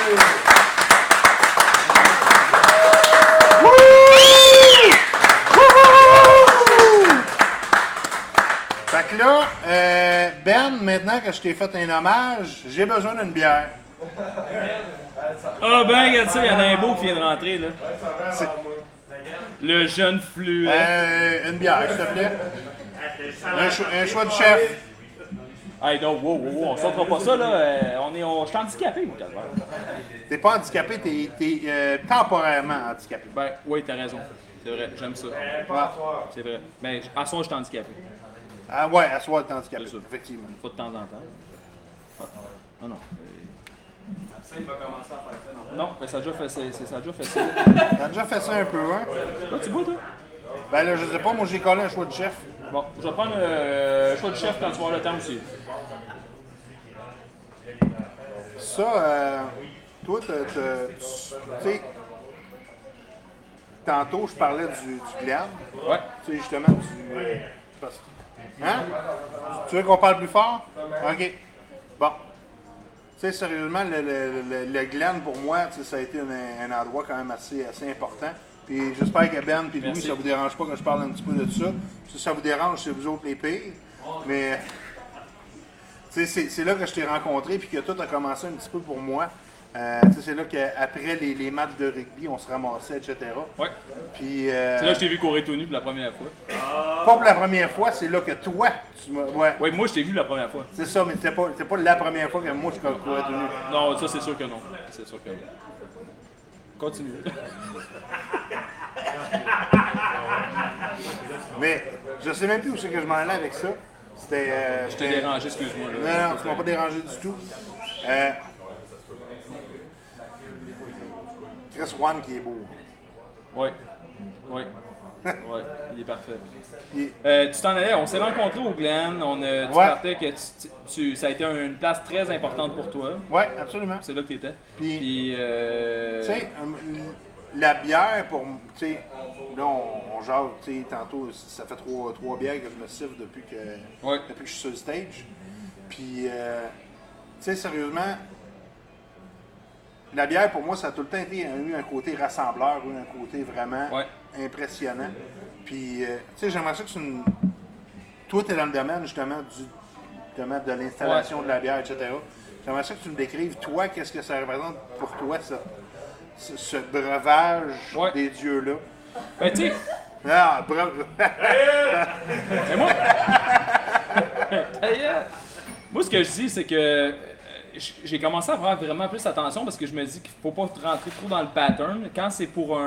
Fait que là, Ben, maintenant que je t'ai fait un hommage, j'ai besoin d'une bière. Ah ben, regarde ça, il y en a un beau qui vient de rentrer là. Le jeune flux. Une bière, s'il te plaît. Un choix de chef. Hey, non, wow, on sortira pas ça là. Je suis handicapé, mon calvaire. T'es pas handicapé, t'es temporairement handicapé. Ben, oui, t'as raison. C'est vrai, j'aime ça. Ouais. C'est vrai. Mais à soir, je suis handicapé. Ah ouais, à soi, t'es handicapé, C'est ça. effectivement. Pas de temps en temps. Ah non. Ça, il va commencer à faire ça. Non, mais ça a déjà fait ça. T'as déjà fait ça un peu, hein? Là, tu bois, toi? Ben là, je sais pas, moi j'ai collé un choix de chef. Bon, je vais prendre le choix de chef quand tu vas avoir le temps aussi. Ça, toi, tu sais, tantôt, je parlais du gland. Ouais. Tu sais, justement, hein? Tu veux qu'on parle plus fort? OK. Bon. sais, sérieusement, le Glen, pour moi, ça a été un endroit quand même assez important. Puis j'espère que Ben et Louis, ça vous dérange pas quand je parle un petit peu de ça. Si ça vous dérange, c'est vous autres les pires. Mais c'est là que je t'ai rencontré puis que tout a commencé un petit peu pour moi. C'est là qu'après les matchs de rugby, on se ramassait, etc. Ouais. Puis, C'est là que je t'ai vu courir tout nu pour la première fois. pas pour la première fois, c'est là que toi, tu m'as. Ouais. Ouais, moi je t'ai vu la première fois. C'est ça, mais c'était pas la première fois que moi je courais tout nu. Non, ça c'est sûr que non. C'est sûr que non. Continue. Mais je sais même plus où c'est que je m'en allais avec ça. C'était. Je t'ai dérangé, excuse-moi. Là. Non, tu m'as pas dérangé du tout. Chris One qui est beau. Ouais. Ouais. Ouais, il est parfait. Il- Tu t'en allais, on s'est rencontrés au Glen, tu Ouais. partais que ça a été une place très importante pour toi. Ouais, absolument. C'est là que tu étais. Puis, Puis, tu sais, la bière, tu sais, là, on jase, tu sais, tantôt, ça fait trois bières que je me siffle depuis que je suis sur le stage. Puis, tu sais, sérieusement, la bière, pour moi, ça a tout le temps eu un côté rassembleur, eu un côté vraiment impressionnant. Puis, tu sais, j'aimerais ça que toi, tu es dans le domaine, justement, de l'installation de la bière, etc. J'aimerais ça que tu me décrives, toi, qu'est-ce que ça représente pour toi, ça? Ce breuvage des dieux-là. ben, tu sais, Ah, mais moi, moi, ce que je dis, c'est que j'ai commencé à faire vraiment plus attention parce que je me dis qu'il faut pas rentrer trop dans le pattern. Quand c'est pour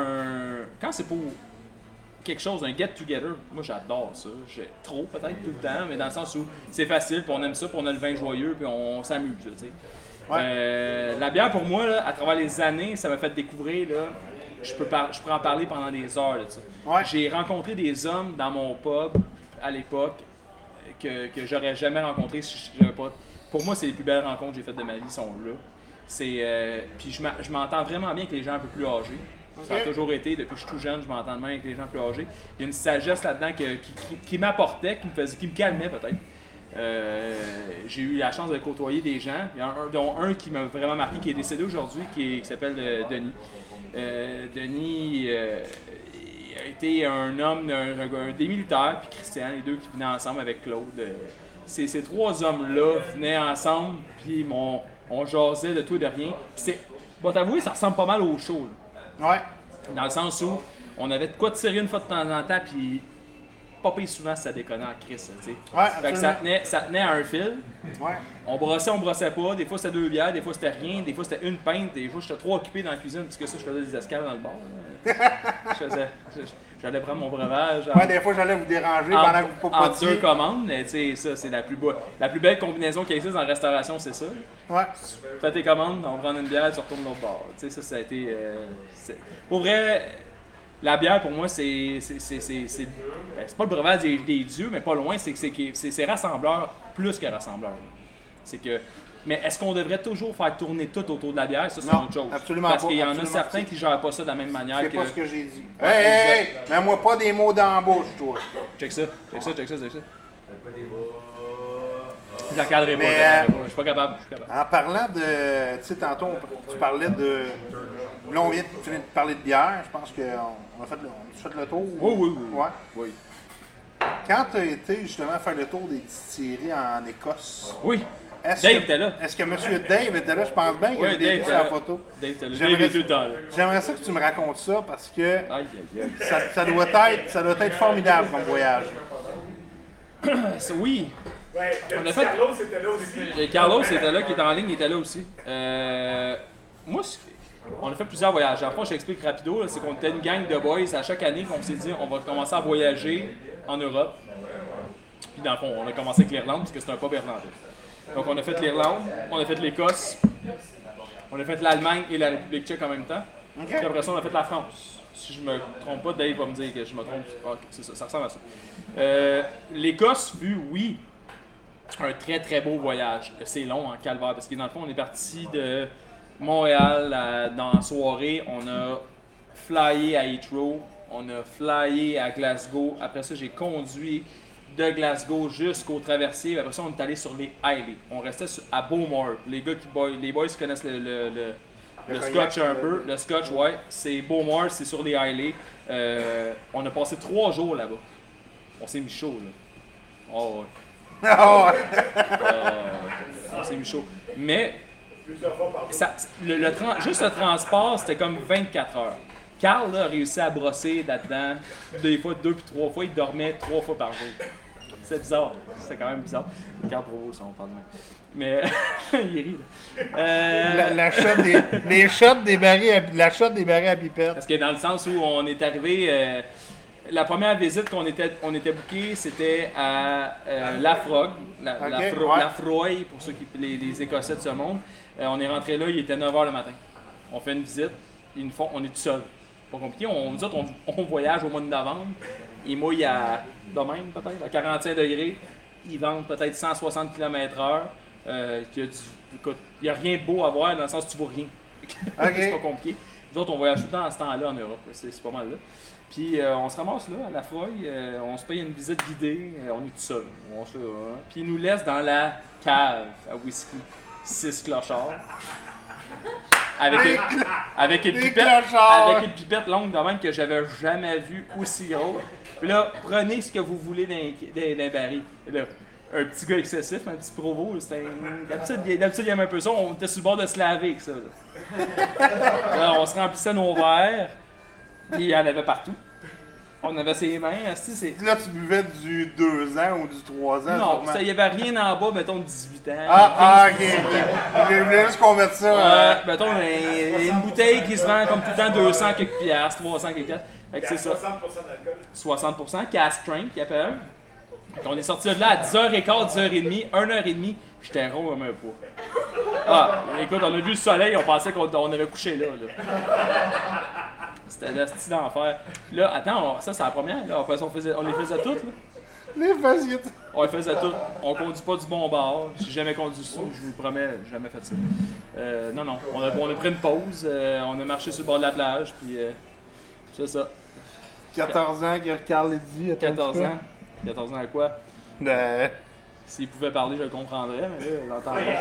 quelque chose, un get-together, moi j'adore ça. J'ai trop peut-être tout le temps, mais dans le sens où c'est facile, puis on aime ça, puis on a le vin joyeux, puis on s'amuse, tu sais. La bière pour moi, là, à travers les années, ça m'a fait découvrir, là, je peux en parler pendant des heures. Là, j'ai rencontré des hommes dans mon pub à l'époque que j'aurais jamais rencontré si j'avais pas. Pour moi, c'est les plus belles rencontres que j'ai faites de ma vie sont là. Puis je m'entends vraiment bien avec les gens un peu plus âgés. Ça a toujours été, depuis que je suis tout jeune, je m'entends bien avec les gens plus âgés. Il y a une sagesse là-dedans qui m'apportait, qui me calmait peut-être. J'ai eu la chance de côtoyer des gens, dont un qui m'a vraiment marqué, qui est décédé aujourd'hui, qui s'appelle Denis. Denis a été un homme, des militaires, puis Christian, les deux qui venaient ensemble avec Claude. Ces trois hommes-là venaient ensemble, puis on jasait de tout et de rien. Bon, t'avouer, ça ressemble pas mal au show. Là. Ouais. Dans le sens où on avait de quoi tirer une fois de temps en temps, puis pas pire souvent si ça déconnait en crise, tu sais. Fait que ça tenait à un fil. Ouais. On brossait pas. Des fois c'était 2 bières, des fois c'était rien, des fois c'était une pinte, des fois j'étais trop occupé dans la cuisine, parce que ça, je faisais des escales dans le bar. J'allais prendre mon breuvage. Ouais, des fois j'allais vous déranger pendant que vous en popotiez. 2 commandes, mais tu sais, ça c'est la plus belle combinaison qui existe en restauration, c'est ça. Ouais. Tu fais tes commandes, on prend une bière, tu retournes l'autre bar. Tu sais, ça a été. Pour vrai, la bière pour moi, c'est pas le breuvage des dieux, mais pas loin, c'est rassembleur plus que rassembleur. C'est que. Mais est-ce qu'on devrait toujours faire tourner tout autour de la bière? Ça, c'est Non, autre chose. absolument Parce pas, qu'il y en a absolument certains pas. qui ne gèrent pas ça de la même manière C'est que. pas ce que j'ai dit. Hey, mets-moi pas des mots dans la bouche, toi. Check ça. Je la cadrerai pas, Mais, je suis pas capable. En parlant de. Tu sais, tantôt, tu parlais de. Là, on vient de finir de parler de bière. Je pense qu'on a fait le tour. Oui. Ouais. Oui. Quand tu as été justement faire le tour des distilleries en Écosse, Oui. est-ce Dave que, était là. Est-ce que M. Dave était là? Je pense bien qu'il Oui, avait Dave vu était sur la là. photo. Dave était là. J'aimerais- Dave est tout le temps là. J'aimerais ça que tu me racontes ça parce que Aïe, aïe, aïe. ça doit être formidable comme voyage. Oui. Ouais, On a fait- Carlos était là au début. Et Carlos était là, qui est en ligne, il était là aussi. Moi, on a fait plusieurs voyages. En fait, je t'explique rapido, là, c'est qu'on était une gang de boys à chaque année qu'on s'est dit on va commencer à voyager en Europe. Puis dans le fond, on a commencé avec l'Irlande parce que c'est un pub irlandais. Donc on a fait l'Irlande, on a fait l'Écosse, on a fait l'Allemagne et la République tchèque en même temps. Puis après ça, on a fait la France. Si je me trompe pas, Dave va me dire que je me trompe. Ah, c'est ça, ça ressemble à ça. L'Écosse fut, oui, un très très beau voyage. C'est long en calvaire parce que dans le fond, on est parti de Montréal dans la soirée. On a flyé à Heathrow, on a flyé à Glasgow. Après ça, j'ai conduit de Glasgow jusqu'au traversier. Après ça, on est allé sur les highways. On restait à Bowmore. Les boys qui connaissent le Scotch un peu. Le Scotch, ouais. C'est Bowmore, c'est sur les highways. On a passé 3 jours là-bas. On s'est mis chaud, là. Oh, ouais. On s'est mis chaud. Mais, juste le transport, c'était comme 24 heures. Carl là, a réussi à brosser là-dedans, des fois 2 puis 3 fois, il dormait 3 fois par jour. C'est bizarre, c'est quand même bizarre. Carl Provo, ça on parle de même. Mais, il rit là. Les shots des barils à pipette. Parce que dans le sens où on est arrivé, la première visite qu'on était booké, c'était à Lafroig, Lafroig, pour ceux qui les Écossais de ce monde. On est rentré là, il était 9h le matin. On fait une visite, on est tout seul. Pas compliqué, nous autres, on voyage au mois de novembre. Il mouille à, de même peut-être, à 45 degrés. Ils vendent peut-être 160 km/h. Il n'y a rien de beau à voir dans le sens où tu vois rien. C'est pas compliqué. Nous autres, on voyage tout le temps à ce temps-là en Europe. C'est pas mal là. Puis on se ramasse là, à Lafroig, on se paye une visite guidée, on est tout seul. Puis ils nous laissent dans la cave à whisky, 6 clochards. Avec une pipette longue de même que j'avais jamais vue aussi grosse. Puis là, prenez ce que vous voulez d'un baril. Là, un petit gars excessif, un petit provo, d'habitude il aime un peu ça, on était sur le bord de se laver avec ça. Là, on se remplissait nos verres, puis il y en avait partout. On avait ses mains, Là, tu buvais du 2 ans ou du 3 ans? Non, il n'y avait rien en bas, mettons, de 18 ans. Ok. Je voulais juste qu'on mette ça. Mettons, une bouteille qui se vend comme tout le temps 200 quelques piastres, 300 quelques piastres. Fait que c'est ça. 60% d'alcool. 60%, cask strength, qui appelle. On est sorti de là à 10h15, 10h30, 1h30, j'étais rond comme un poids. Écoute, on a vu le soleil, on pensait qu'on avait couché là. C'était le style d'enfer. Là, attends, ça c'est la première. Là, on les faisait toutes. Là. Les facettes. On les faisait toutes. On conduit pas du bon bord. J'ai jamais conduit ça, je vous le promets, j'ai jamais fait ça. Non. On a pris une pause, on a marché sur le bord de la plage, puis c'est ça. 14 ans que Carl l'a dit. 14 ans. 14 ans à quoi? Ben... S'il pouvait parler, je le comprendrais, mais là, j'entendrais.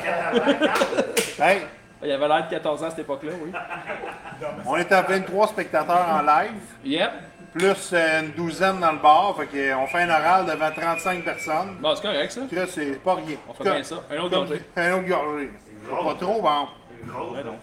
Hey! Il avait l'air de 14 ans à cette époque-là, oui. On était à 23 spectateurs en live, Yep. plus une douzaine dans le bar, fait qu'on fait un oral devant 35 personnes. Bon, c'est correct, ça. Puis là, c'est pas rien. On fait bien ça. Un autre gorgée. Un autre gorgée. Pas trop, bon. Ouais, non.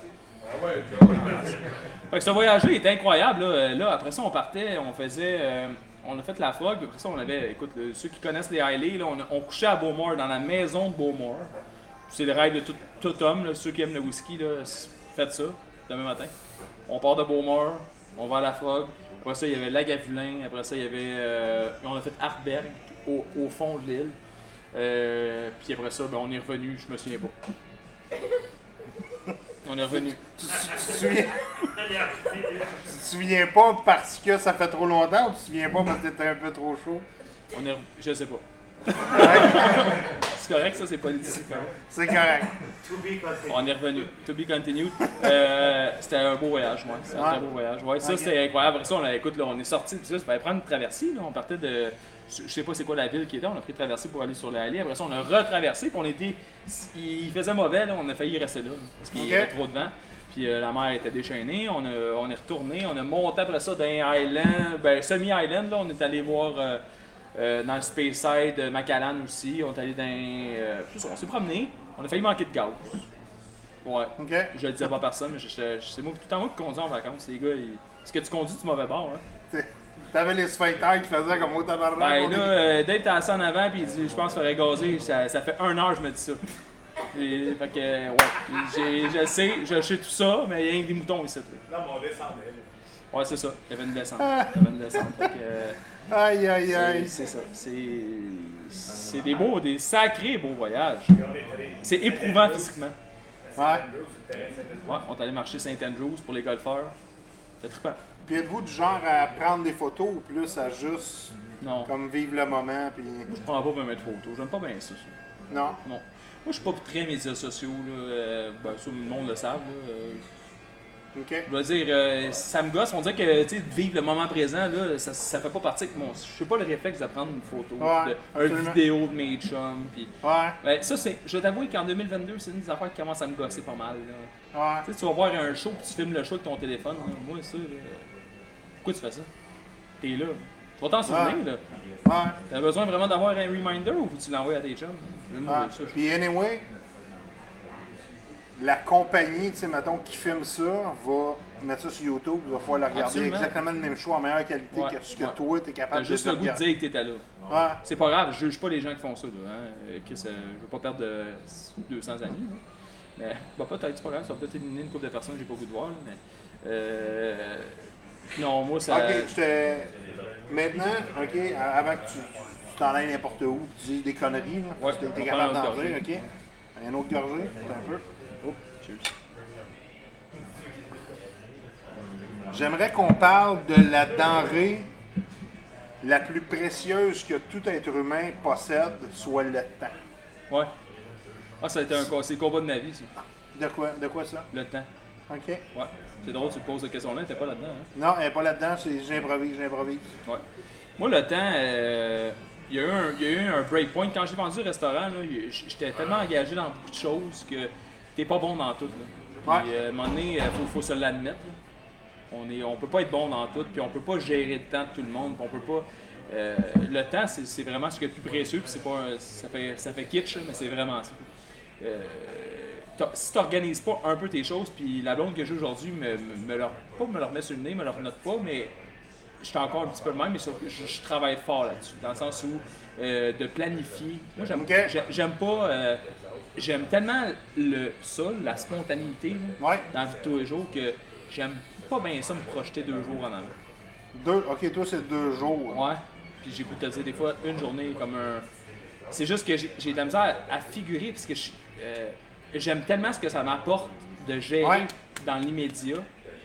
Fait que ce voyage-là était incroyable. Là, après ça, on partait, on a fait la frog. Après ça, on avait, écoute, ceux qui connaissent les Highlands, là, on couchait à Bowmore, dans la maison de Bowmore. C'est le rêve de tout homme, là, ceux qui aiment le whisky, là, faites ça, demain matin. On part de Bowmore, on va à la frog. Après ça, il y avait Lagavulin. Après ça, il y avait, on a fait Arberg, au fond de l'île. Puis après ça, ben, on est revenu, je me souviens pas. On est revenu. Tu te souviens pas parce que ça fait trop longtemps ou tu te souviens pas parce que t'étais un peu trop chaud? Je sais pas. C'est correct, ça, c'est politique. C'est correct. To be continued. On est revenu. To be continued. C'était un beau voyage, moi. C'était un très beau voyage. Ouais, ça, c'était incroyable. Après ça, on est sorti. Ça fallait prendre une traversée. Là. On partait de. Je sais pas c'est quoi la ville qui était. On a pris une traversée pour aller sur l'allée. Après ça, on a retraversé. Puis on était. Il faisait mauvais. Là. On a failli rester là. Parce qu'il y avait trop de vent. Puis la mer était déchaînée. On est retourné. On a monté après ça dans un island. Ben, semi-island. Là. On est allé voir. Dans le Speyside, Macallan aussi, on est allé dans. On s'est promené, on a failli manquer de gaz. Ouais. OK. Je le disais pas à personne, mais c'est moi tout le temps moi qui conduis en vacances. Les gars, est-ce que tu conduis du mauvais bord, hein? T'avais les sphincters qui faisaient comme au tabarnak. Ben là, Dave était assis en avant, puis il dit, je pense qu'il faudrait gazer. Ça fait 1 heure que je me dis ça. Fait que, ouais. Je sais tout ça, mais il y a des moutons ici. Non, mais on descendait. Ouais, c'est ça. Il y avait une descente. Fait que, Aïe, aïe, aïe. c'est ça. C'est des sacrés beaux voyages. C'est éprouvant physiquement. Ouais. Ouais, on est allé marcher Saint-Andrews pour les golfeurs. C'était trippant. Puis êtes-vous du genre à prendre des photos ou plus à juste Non, comme vivre le moment puis je prends pas me mettre photos. J'aime pas bien ça. non. Non. Moi, je suis pas très médias sociaux. Là. Ben, ça, le monde le savent. Là. OK. Je veux dire, ça me gosse. On dirait que tu sais, de vivre le moment présent, là, ça fait pas partie de mon. Je sais pas le réflexe de prendre une photo, Ouais, une absolument. vidéo de mes chums. Puis, Ouais. ben, ça, c'est. Je vais t'avouer qu'en 2022, c'est une des affaires qui commence à me gosser pas mal. Là. Ouais. Tu sais, tu vas voir un show puis tu filmes le show avec ton téléphone. Là. Moi, ça, là, pourquoi tu fais ça? T'es là. Tu vas t'en souvenir, là. Ouais. T'as besoin vraiment d'avoir un reminder ou tu l'envoies à tes chums? Moi, Ouais. ça, je- Puis anyway, la compagnie, tu sais, mettons, qui filme ça, va mettre ça sur YouTube, il va pouvoir le regarder Absolument. exactement le même show en meilleure qualité Ouais, que ce que ouais. toi, tu es T'as capable juste de le goût de regarder. dire que t'étais là. Ouais. C'est pas grave, je juge pas les gens qui font ça. Là, hein. Chris, je veux pas perdre 200 amis. Là. Mais bah, peut-être, c'est pas grave, ça va peut-être éliminer une couple de personnes que j'ai pas voulu de voir. Là, mais, non, moi, ça. Ok, maintenant, ok, avant que tu t'en ailles n'importe où, tu dises des conneries, là, Ouais, tu on es va capable prendre un d'en autre dire, gorgée. ok? Un autre gorgée, un peu. Oh, cheers. J'aimerais qu'on parle de la denrée la plus précieuse que tout être humain possède, soit le temps. Ouais. Ah, ça a été c'est le combat de ma vie, ça. De quoi ça? Le temps. Ok. Ouais. C'est drôle, tu te poses cette question-là, t'es pas là-dedans. Hein? Non, elle n'est pas là-dedans, c'est j'improvise. Ouais. Moi, le temps, il y a eu un breakpoint. Quand j'ai vendu le restaurant, là, j'étais tellement engagé dans beaucoup de choses que t'es pas bon dans tout. Là. Puis, à un moment donné, faut se l'admettre. Là. On peut pas être bon dans tout, puis on peut pas gérer le temps de tout le monde, puis on peut pas. Le temps, c'est vraiment ce qui est le plus précieux, puis c'est pas ça fait kitsch, mais c'est vraiment ça. Si tu n'organises pas un peu tes choses, puis la blonde que j'ai aujourd'hui me leur met sur le nez, me leur note pas, mais je suis encore un petit peu le même, mais je travaille fort là-dessus, dans le sens où de planifier. Moi, j'aime pas. J'aime tellement ça, la spontanéité là, Ouais. dans la vie de tous les jours, que j'aime pas bien ça me projeter 2 jours en avant. Ok, toi, c'est 2 jours. Ouais. Puis j'ai goût de te dire des fois une journée comme un. C'est juste que j'ai de la misère à figurer parce que j'aime tellement ce que ça m'apporte de gérer Ouais. dans l'immédiat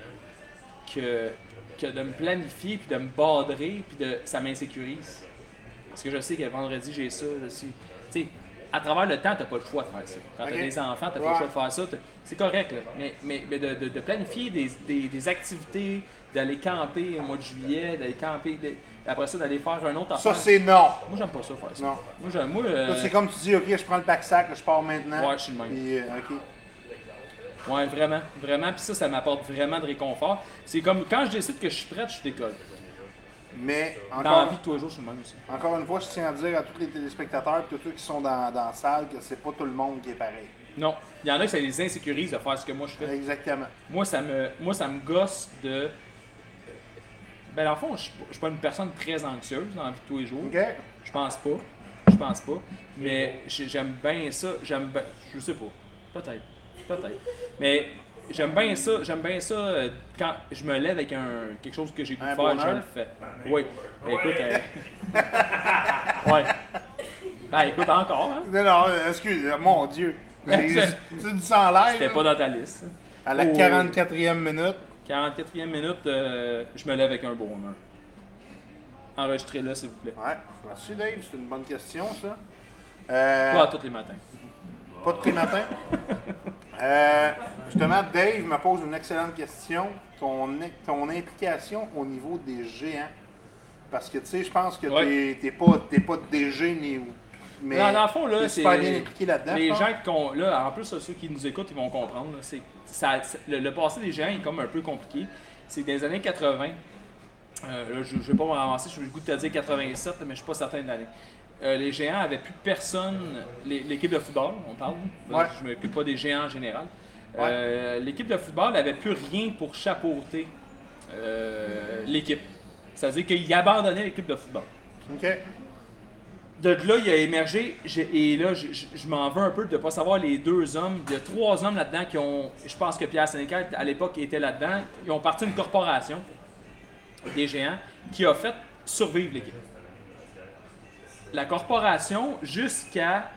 que de me planifier puis de me badrer puis ça m'insécurise. Parce que je sais que vendredi j'ai ça, je sais. Tu sais, à travers le temps, t'as pas le choix de faire ça. Quand Ok. t'as des enfants, t'as pas Ouais. le choix de faire ça. C'est correct, là. Mais de planifier des activités, d'aller camper au mois de juillet, d'aller camper, après ça, d'aller faire un autre Ça, affaire. c'est non. Moi, j'aime pas ça faire ça. Non. Moi, Toi, c'est comme tu dis, ok, je prends le pack-sac, je pars maintenant. Ouais, je suis le même. Puis, ok. Ouais, vraiment, vraiment. Puis ça m'apporte vraiment de réconfort. C'est comme quand je décide que je suis prête, je décolle. Mais Dans la encore, vie de tous les jours, je suis le même aussi. encore une fois, je tiens à dire à tous les téléspectateurs et tous ceux qui sont dans la salle que c'est pas tout le monde qui est pareil. Non, il y en a que ça les insécurise de faire ce que moi je fais. Exactement. Moi, ça me gosse de. Ben, dans le fond, je suis pas une personne très anxieuse dans la vie de tous les jours. Ok? Je pense pas. Je pense pas. Mais j'aime bien ça. Je sais pas. Peut-être. Mais j'aime bien ça. Quand je me lève avec quelque chose que j'ai goût de Un faire, je bonheur? le fais. Oui. Ben, écoute. Ouais. Ben, écoute, encore, hein. Non, excuse, mon Dieu. C'est du sang l'air. C'était là. pas dans ta liste. À la Oh, 44e minute. 44e minute, je me lève avec un bon humeur. Enregistrez-le, s'il vous plaît. Ouais, merci Dave, c'est une bonne question ça. Pas à tous les matins. Pas de tous les matins. Justement, Dave me pose une excellente question. Ton implication au niveau des géants. Parce que tu sais, je pense que Ouais. t'es pas DG ni. Mais Dans le fond, là, t'es c'est. super bien impliqué là-dedans. Les je pense. gens là, en plus, ceux qui nous écoutent, ils vont comprendre. Là, le passé des géants est comme un peu compliqué. C'est des années 80. Là, je ne vais pas m'avancer, je suis le goût de te dire 87, mais je ne suis pas certain de l'année. Les géants n'avaient plus personne. L'équipe de football, on parle. Ouais. Je ne m'occupe pas des géants en général. Ouais. L'équipe de football n'avait plus rien pour chapeauter l'équipe. C'est-à-dire qu'il abandonnait l'équipe de football. OK. De là, il a émergé, et là, je m'en veux un peu de ne pas savoir les 2 hommes. Il y a 3 hommes là-dedans qui ont, je pense que Pierre Sénécal, à l'époque, était là-dedans. Ils ont parti une corporation, des géants, qui a fait survivre l'équipe. La corporation, jusqu'à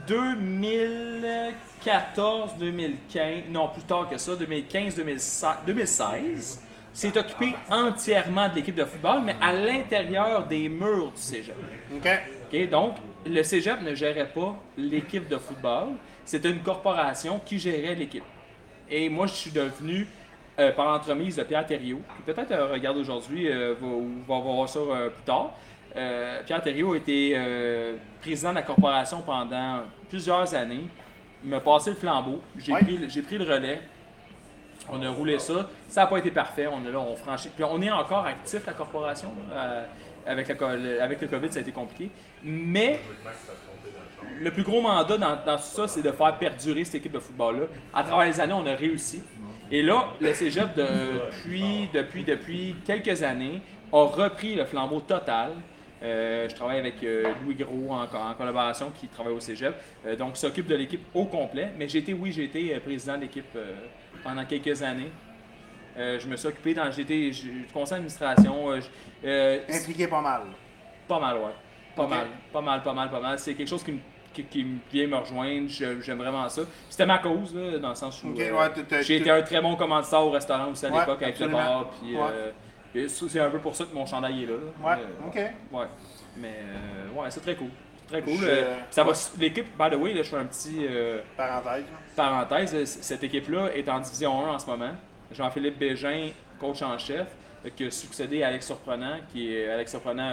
2014, 2015, non, plus tard que ça, 2015, 2016, s'est occupé entièrement de l'équipe de football, mais à l'intérieur des murs du cégep. OK. OK? Donc, le cégep ne gérait pas l'équipe de football. C'était une corporation qui gérait l'équipe. Et moi, je suis devenu par l'entremise de Pierre Thériault, qui peut-être regarde aujourd'hui ou va voir ça plus tard. Pierre Thériault a été président de la corporation pendant plusieurs années. Il m'a passé le flambeau. J'ai pris le relais. On a roulé ça. Ça n'a pas été parfait. On franchit. Puis on est encore actif, la corporation. Avec le COVID, ça a été compliqué. Mais le plus gros mandat dans tout ça, c'est de faire perdurer cette équipe de football-là. À travers les années, on a réussi. Et là, le cégep, depuis quelques années, a repris le flambeau total. Je travaille avec Louis Gros en collaboration qui travaille au cégep, donc s'occupe de l'équipe au complet. Mais j'ai été président de l'équipe pendant quelques années. Je me suis occupé du conseil d'administration. Impliqué pas mal. Pas mal, ouais. Pas mal. C'est quelque chose qui vient me rejoindre. J'aime vraiment ça. Puis c'était ma cause, là, dans le sens où j'ai été un très bon commanditaire au restaurant aussi à l'époque avec le bar. Puis c'est un peu pour ça que mon chandail est là. Ouais. Mais ouais, c'est très cool. Très cool. L'équipe, by the way, là, je fais un petit parenthèse. Cette équipe-là est en division 1 en ce moment. Jean-Philippe Bégin, coach en chef, qui a succédé à Alex Surprenant, Alex Surprenant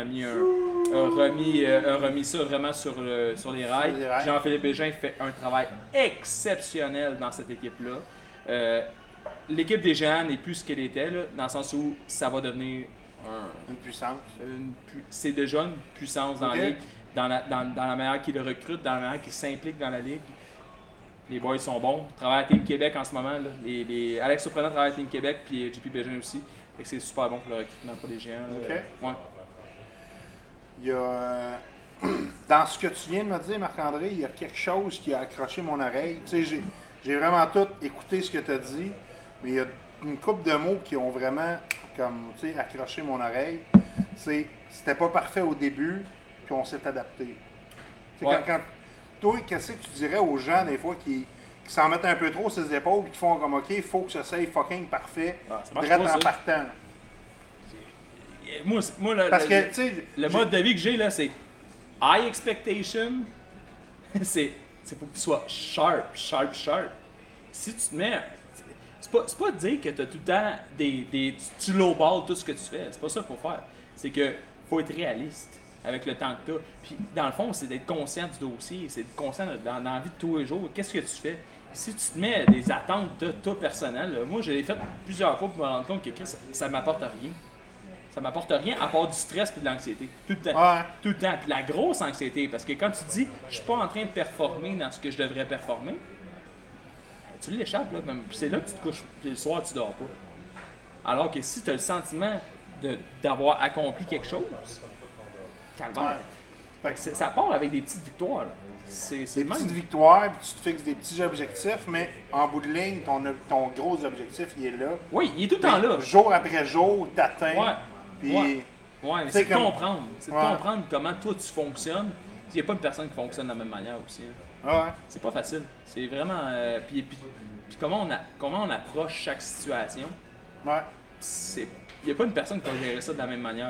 a remis ça vraiment sur les rails. Jean-Philippe Bégin fait un travail exceptionnel dans cette équipe-là. L'équipe des Géants n'est plus ce qu'elle était, là, dans le sens où ça va devenir une puissance. C'est déjà une puissance dans la ligue, dans la manière qu'ils le recrutent, dans la manière qu'ils s'impliquent dans la ligue. Les boys sont bons. Ils travaillent à Team Québec en ce moment. Là. Alex Surprenant travaille à Team Québec, puis JP Bégin aussi. Fait que c'est super bon pour le recrutement pour les Géants. Ouais. Il y a, dans ce que tu viens de me dire, Marc-André, il y a quelque chose qui a accroché mon oreille. Tu sais, j'ai vraiment tout écouté ce que tu as dit, mais il y a une couple de mots qui ont vraiment accroché mon oreille. C'était pas parfait au début, puis on s'est adapté. Ouais. Toi, qu'est-ce que tu dirais aux gens, des fois, qui s'en mettent un peu trop sur les épaules et qui font comme, OK, il faut que ça soit fucking parfait, direct en partant. Moi le mode de vie que j'ai, là, c'est high expectation. c'est faut que tu sois sharp. Si tu te mets... C'est pas de dire que tu as tout le temps tu lowball tout ce que tu fais. C'est pas ça qu'il faut faire. C'est que faut être réaliste avec le temps que tu as. Puis, dans le fond, c'est d'être conscient du dossier, c'est d'être conscient dans la vie de tous les jours. Qu'est-ce que tu fais? Si tu te mets des attentes de toi personnelles, là, moi, je l'ai fait plusieurs fois pour me rendre compte que ça m'apporte rien. Ça m'apporte rien à part du stress et de l'anxiété. Tout le temps. Ouais. Tout le temps. Puis la grosse anxiété, parce que quand tu dis « je suis pas en train de performer dans ce que je devrais performer », tu l'échappes, là. C'est là que tu te couches. Puis le soir, tu dors pas. Alors que si tu as le sentiment d'avoir accompli quelque chose, calvaire. Ça part avec des petites victoires. C'est des petites victoires, puis tu te fixes des petits objectifs, mais en bout de ligne, ton gros objectif, il est là. Oui, il est tout le temps là. Jour après jour, t'atteins. Ouais. Puis, ouais, c'est de comprendre. C'est de comprendre comment toi tu fonctionnes. Il n'y a pas une personne qui fonctionne de la même manière aussi. Ouais. C'est pas facile. C'est vraiment. Puis comment on approche chaque situation. Ouais. Il n'y a pas une personne qui va gérer ça de la même manière.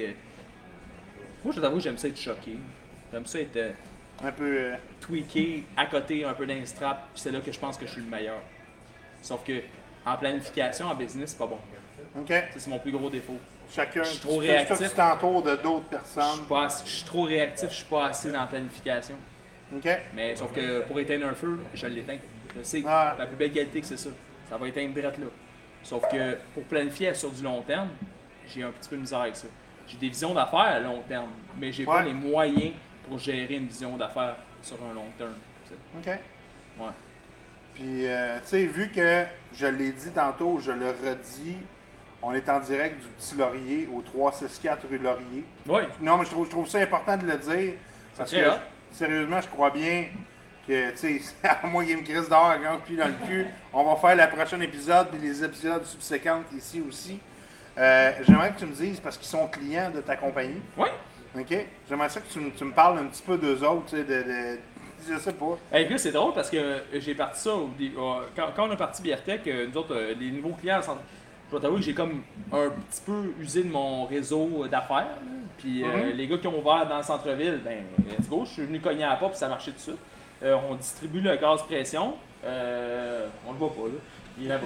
Moi, je t'avoue, j'aime ça être choqué. J'aime ça être un peu tweaké, à côté, un peu d'un strap. Puis c'est là que je pense que je suis le meilleur. Sauf que en planification, en business, c'est pas bon. OK. C'est mon plus gros défaut. Chacun, je suis trop réactif. Tu t'entoures de d'autres personnes. Je suis trop réactif, je suis pas assez dans la planification. OK. Mais sauf que pour éteindre un feu, je l'éteins. Je sais, la plus belle qualité que c'est ça. Ça va éteindre direct là. Sauf que pour planifier sur du long terme, j'ai un petit peu de misère avec ça. J'ai des visions d'affaires à long terme, mais j'ai pas les moyens pour gérer une vision d'affaires sur un long terme. OK. Ouais. Puis, tu sais, vu que je l'ai dit tantôt, je le redis, on est en direct du Petit Laurier au 364 rue Laurier. Oui. Non, mais je trouve ça important de le dire. Parce que, sérieusement, je crois bien que, tu sais, à moins qu'il y ait une crise d'or, un puis dans le cul, on va faire le prochain épisode et les épisodes subséquents ici aussi. J'aimerais que tu me dises, parce qu'ils sont clients de ta compagnie. Oui. OK? J'aimerais ça que tu me parles un petit peu d'eux autres, tu sais, je sais pas. Et puis c'est drôle parce que j'ai parti ça, quand on a parti Biartec, nous autres, les nouveaux clients, je dois t'avouer que j'ai comme un petit peu usé de mon réseau d'affaires. Puis les gars qui ont ouvert dans le centre-ville, ben let's go, je suis venu cogner à la porte puis ça marchait tout de suite. On distribue le gaz pression. On le voit pas, là. Il est là-bas.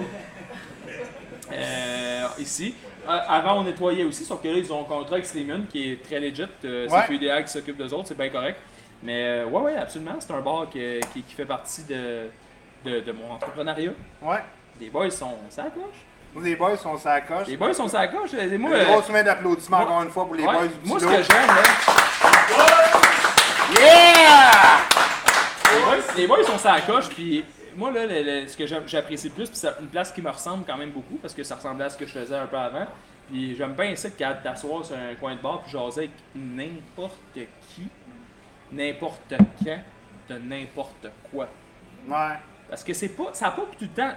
Ici. Avant, on nettoyait aussi, sauf que là, ils ont un contrat avec Slimane qui est très legit. C'est PDA qui s'occupe d'eux autres, c'est bien correct. Mais ouais, absolument. C'est un bar qui fait partie de mon entrepreneuriat. Ouais. Les boys sont ça la coche. Les boys sont sur la coche. Les boys sont ça la coche. Moi, Une grosse main d'applaudissements encore une fois pour les ouais, boys du moi, ce Tilo. que j'aime, là. Yeah! Les boys sont ça la coche, puis moi, là, ce que j'apprécie le plus, puis c'est une place qui me ressemble quand même beaucoup, parce que ça ressemblait à ce que je faisais un peu avant. Puis j'aime bien ça de t'asseoir sur un coin de bar, puis jaser avec n'importe qui, n'importe quand, de n'importe quoi. Ouais. Parce que ça n'a pas tout le temps.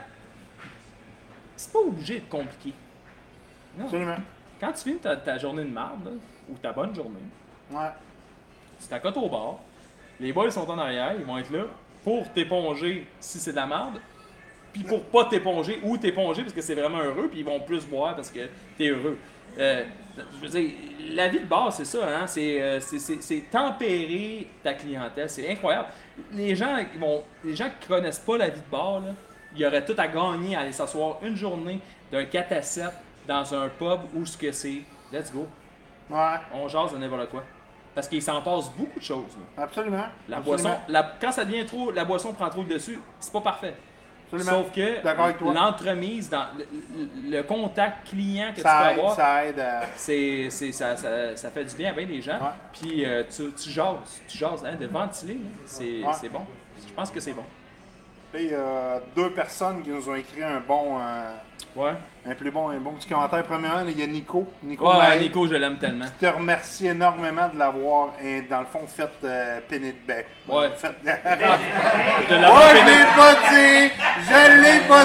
C'est pas obligé d'être compliqué. Non. Absolument. Quand tu finis ta journée de marde, là, ou ta bonne journée, Ouais. tu t'accotes au bar, les boys sont en arrière, ils vont être là pour t'éponger si c'est de la merde, puis pour pas t'éponger ou t'éponger parce que c'est vraiment heureux, puis ils vont plus boire parce que t'es heureux. Je veux dire, la vie de bar, c'est ça, hein? C'est tempérer ta clientèle, c'est incroyable. Les gens qui connaissent pas la vie de bar, là, il y aurait tout à gagner à aller s'asseoir une journée d'un 4 à 7 dans un pub où ce que c'est. Let's go. Ouais. On jase de n'importe quoi. Parce qu'il s'en passe beaucoup de choses. Là. Absolument. La Absolument. boisson, quand ça devient trop, la boisson prend trop le dessus, c'est pas parfait. Absolument. Sauf que D'accord avec toi. l'entremise, dans le contact client que Ça tu aide, peux avoir, ça aide à... ça fait du bien à bien des gens. Ouais. Puis tu jases, hein, de ventiler, là, c'est bon. Je pense que c'est bon. Là, il y a 2 personnes qui nous ont écrit un Ouais. bon petit commentaire. Premièrement, il y a Nico. Ouais, Maé, Nico, je l'aime tellement. qui te remercie énormément de l'avoir, dans le fond, fait pénétrer. Ouais. Fait... De Oh, l'avoir je pénétré. l'ai pas dit! Je l'ai pas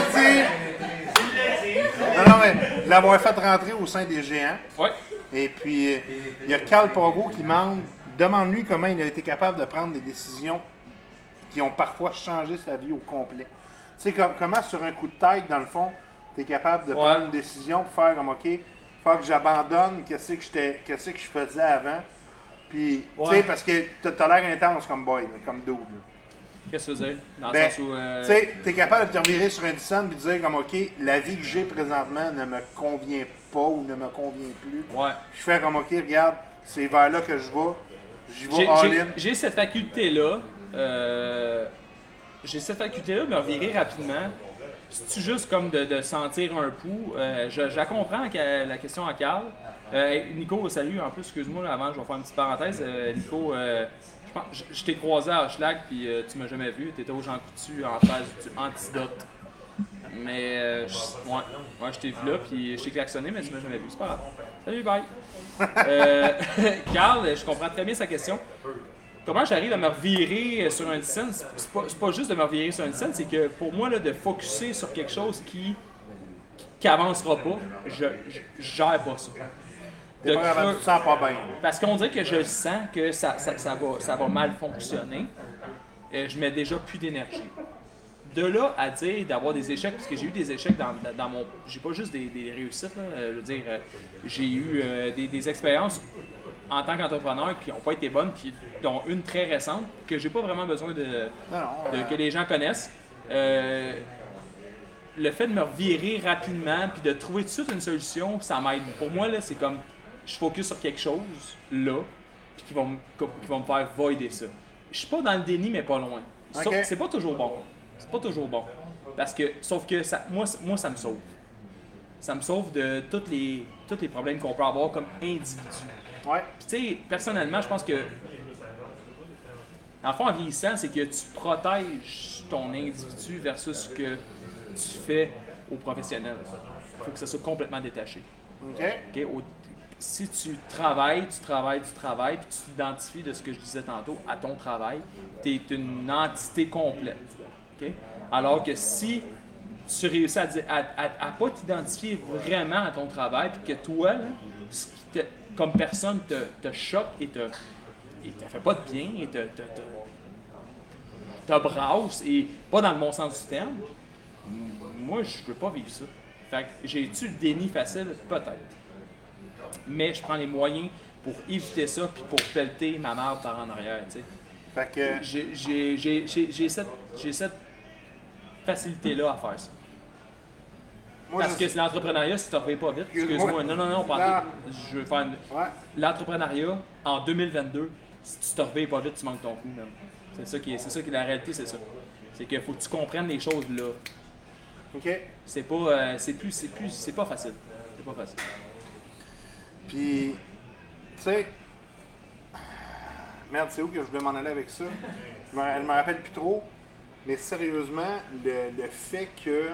dit! Non, mais de l'avoir fait rentrer au sein des géants. Ouais. Et puis, il y a Carl Pogo qui demande-lui comment il a été capable de prendre des décisions qui ont parfois changé sa vie au complet. Tu sais, comment sur un coup de tête, dans le fond, tu es capable de prendre une décision pour faire comme, OK, il faut que j'abandonne qu'est-ce que je faisais avant. Puis, tu sais, parce que t'as l'air intense comme boy, là, comme dude. Là. Qu'est-ce que tu veux dire? Dans le Ben, sens où. tu sais, t'es capable de te revirer sur un scène et de dire comme, OK, la vie que j'ai présentement ne me convient pas ou ne me convient plus. Ouais. Je fais comme, OK, regarde, c'est vers là que je vais. J'y vais all-in. J'ai cette faculté-là. De me revirer rapidement. C'est juste comme de sentir un pouls. Je la comprends la question à Carl. Nico, salut. En plus, excuse-moi, avant, je vais faire une petite parenthèse. Nico, je t'ai croisé à Hochelag, puis tu m'as jamais vu. Tu étais au Jean Coutu en face du Antidote. Mais, ouais, je t'ai vu là, puis je t'ai klaxonné, mais tu m'as jamais vu. C'est pas grave. Salut, bye. Carl, je comprends très bien sa question. Comment j'arrive à me revirer sur une scène, c'est pas juste de me revirer sur une scène, c'est que pour moi, là, de focusser sur quelque chose qui avancera pas, je gère pas ça. T'es pas capable, tu te sens pas bien. Parce qu'on dirait que je sens que ça va mal fonctionner. Je mets déjà plus d'énergie. De là à dire d'avoir des échecs, parce que j'ai eu des échecs dans mon... J'ai pas juste des réussites, là, je veux dire, j'ai eu des expériences en tant qu'entrepreneur qui n'ont pas été bonnes, puis dont une très récente, que j'ai pas vraiment besoin que les gens connaissent. Le fait de me revirer rapidement, puis de trouver tout de suite une solution, ça m'aide. Pour moi, là, c'est comme, je focus sur quelque chose, là, puis qui vont me faire voider ça. Je suis pas dans le déni, mais pas loin. Okay. C'est pas toujours bon. C'est pas toujours bon. Parce que, sauf que moi, ça me sauve. Ça me sauve de tous les problèmes qu'on peut avoir comme individu. Ouais. Puis, tu sais, personnellement, je pense que, en fond, en vieillissant, c'est que tu protèges ton individu versus ce que tu fais au professionnel. Il faut que ça soit complètement détaché. OK. Si tu travailles, puis tu t'identifies de ce que je disais tantôt à ton travail, tu es une entité complète. Okay? Alors que si tu réussis à pas t'identifier vraiment à ton travail, puis que toi, là, ce qui comme personne te choque et te fait pas de bien, et te brasse, et pas dans le bon sens du terme, moi, je veux pas vivre ça. Fait que j'ai-tu le déni facile? Peut-être. Mais je prends les moyens pour éviter ça, puis pour pelleter ma mère par en arrière, tu sais. Fait que... J'ai cette facilité-là à faire ça. Moi, Parce que c'est l'entrepreneuriat, si tu ne reviens pas vite. Excuse-moi, non, pas je veux faire Ouais. l'entrepreneuriat en 2022, si tu te reviens pas vite, tu manques ton coup, même. C'est ça qui est la réalité, c'est ça. C'est qu'il faut que tu comprennes les choses là. OK. C'est pas, c'est pas facile. C'est pas facile. Puis, tu sais, merde, c'est où que je voulais m'en aller avec ça? Je me rappelle plus trop, mais sérieusement, le fait que.